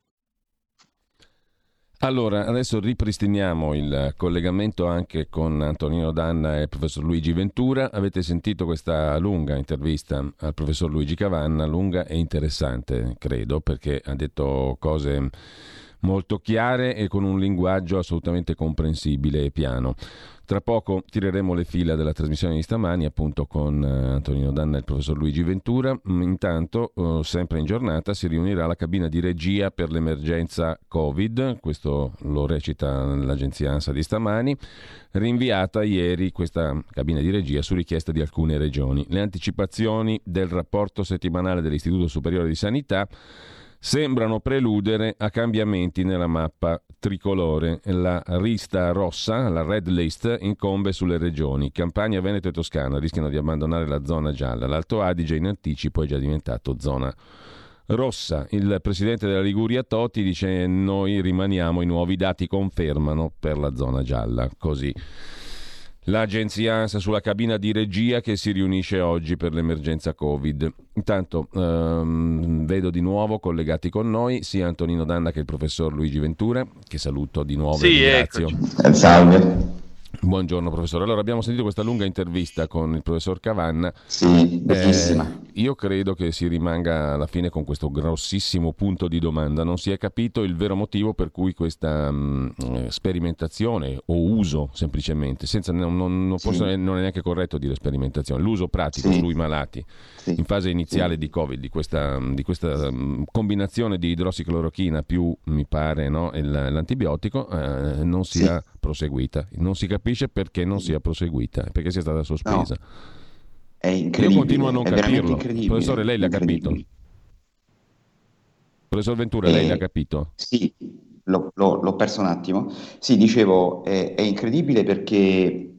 Allora, adesso ripristiniamo il collegamento anche con Antonino Danna e il professor Luigi Ventura. Avete sentito questa lunga intervista al professor Luigi Cavanna, lunga e interessante, credo, perché ha detto cose molto chiare e con un linguaggio assolutamente comprensibile e piano. Tra poco tireremo le fila della trasmissione di stamani, appunto con Antonino Danna e il professor Luigi Ventura. Intanto, sempre in giornata, si riunirà la cabina di regia per l'emergenza Covid, questo lo recita l'agenzia ANSA di stamani, rinviata ieri questa cabina di regia su richiesta di alcune regioni. Le anticipazioni del rapporto settimanale dell'Istituto Superiore di Sanità sembrano preludere a cambiamenti nella mappa tricolore. La lista rossa, la red list, incombe sulle regioni. Campania, Veneto e Toscana rischiano di abbandonare la zona gialla. L'Alto Adige in anticipo è già diventato zona rossa. Il presidente della Liguria Toti dice: noi rimaniamo, i nuovi dati confermano per la zona gialla. Così l'agenzia ANSA sulla cabina di regia che si riunisce oggi per l'emergenza Covid. Intanto vedo di nuovo collegati con noi sia Antonino Danna che il professor Luigi Ventura, che saluto di nuovo e ringrazio. Salve. Buongiorno professore. Allora, abbiamo sentito questa lunga intervista con il professor Cavanna. Sì, bellissima. Io credo che si rimanga alla fine con questo grossissimo punto di domanda. Non si è capito il vero motivo per cui questa sperimentazione o uso, semplicemente, senza forse non è neanche corretto dire sperimentazione, l'uso pratico sui malati in fase iniziale di Covid di questa combinazione di idrossiclorochina più, mi pare, no, l'antibiotico non sia proseguita. Non si capisce perché non sia proseguita, perché sia stata sospesa. No, è incredibile. Io continuo a non capirlo. Professore, lei l'ha capito? Professor Ventura, lei l'ha capito? Sì, l'ho perso un attimo. Sì, dicevo, è incredibile perché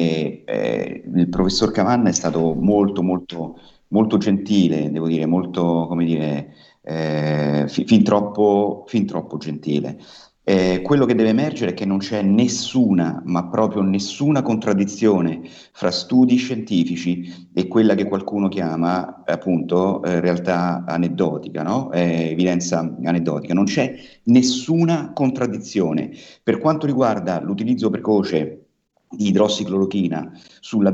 il professor Cavanna è stato molto, molto, molto gentile, devo dire, molto, come dire, fin troppo gentile. Quello che deve emergere è che non c'è nessuna, ma proprio nessuna contraddizione fra studi scientifici e quella che qualcuno chiama appunto realtà aneddotica, no? Evidenza aneddotica. Non c'è nessuna contraddizione. Per quanto riguarda l'utilizzo precoce di idrossiclorochina, sulla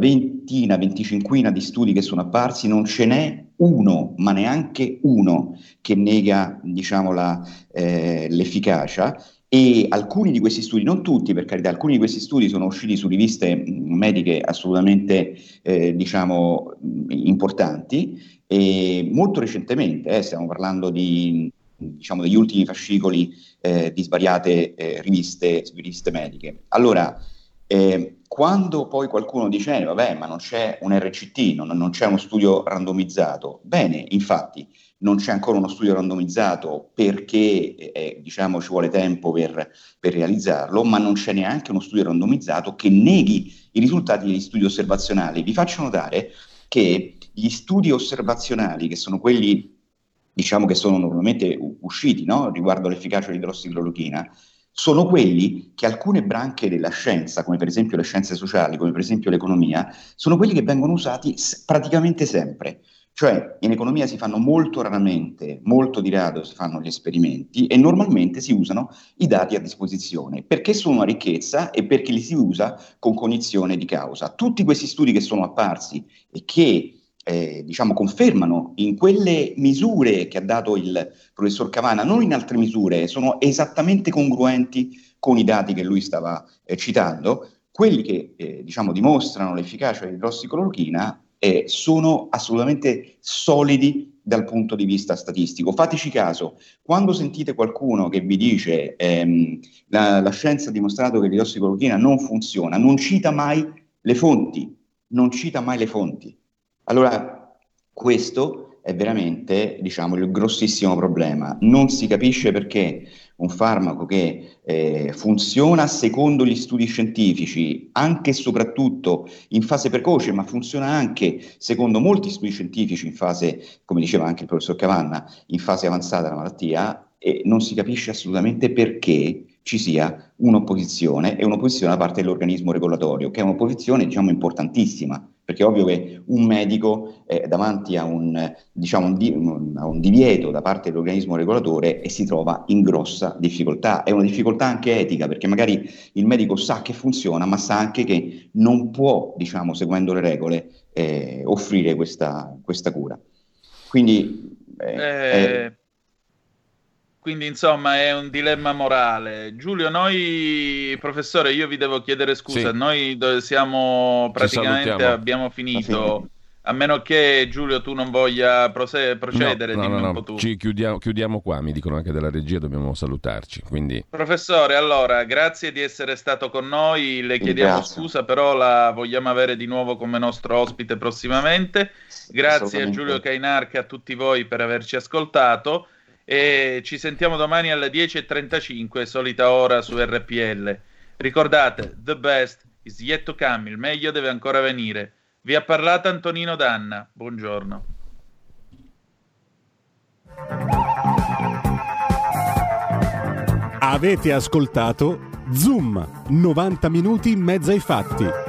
25 di studi che sono apparsi, non ce n'è uno, ma neanche uno, che nega, diciamo, l'efficacia. E alcuni di questi studi, non tutti per carità, alcuni di questi studi sono usciti su riviste mediche assolutamente diciamo importanti, e molto recentemente, stiamo parlando di, diciamo, degli ultimi fascicoli di svariate riviste mediche. Allora, Quando poi qualcuno dice vabbè, ma non c'è un RCT, non c'è uno studio randomizzato, bene, infatti non c'è ancora uno studio randomizzato perché diciamo ci vuole tempo per realizzarlo, ma non c'è neanche uno studio randomizzato che neghi i risultati degli studi osservazionali. Vi faccio notare che gli studi osservazionali, che sono quelli diciamo che sono normalmente usciti, no? Riguardo all'efficacia dell'idrossiclorochina, sono quelli che alcune branche della scienza, come per esempio le scienze sociali, come per esempio l'economia, sono quelli che vengono usati praticamente sempre. Cioè in economia si fanno molto raramente, molto di rado si fanno gli esperimenti e normalmente si usano i dati a disposizione, perché sono una ricchezza e perché li si usa con cognizione di causa. Tutti questi studi che sono apparsi e che diciamo confermano in quelle misure che ha dato il professor Cavanna, non in altre misure, sono esattamente congruenti con i dati che lui stava citando, quelli che diciamo dimostrano l'efficacia dell'idrossiclorochina sono assolutamente solidi dal punto di vista statistico. Fateci caso, quando sentite qualcuno che vi dice la scienza ha dimostrato che l'idrossiclorochina non funziona, non cita mai le fonti. Allora, questo è veramente, diciamo, il grossissimo problema. Non si capisce perché un farmaco che funziona secondo gli studi scientifici, anche e soprattutto in fase precoce, ma funziona anche secondo molti studi scientifici in fase, come diceva anche il professor Cavanna, in fase avanzata della malattia, e non si capisce assolutamente perché ci sia un'opposizione, e un'opposizione da parte dell'organismo regolatorio, che è un'opposizione, diciamo, importantissima, perché è ovvio che un medico davanti a un divieto da parte dell'organismo regolatore e si trova in grossa difficoltà. È una difficoltà anche etica, perché magari il medico sa che funziona, ma sa anche che non può, diciamo, seguendo le regole, offrire questa cura. Quindi insomma è un dilemma morale. Giulio, noi, professore, io vi devo chiedere scusa, sì. Noi siamo praticamente, abbiamo finito, a meno che Giulio tu non voglia procedere. No, un po' tu. Ci chiudiamo qua, mi dicono anche dalla regia, dobbiamo salutarci. Quindi... Professore, allora, grazie di essere stato con noi, le chiediamo scusa, però la vogliamo avere di nuovo come nostro ospite prossimamente. Grazie a Giulio Cainarca e a tutti voi per averci ascoltato. E ci sentiamo domani alle 10:35, solita ora su RPL. Ricordate, the best is yet to come, il meglio deve ancora venire. Vi ha parlato Antonino Danna, buongiorno. Avete ascoltato Zoom, 90 minuti in mezzo ai fatti.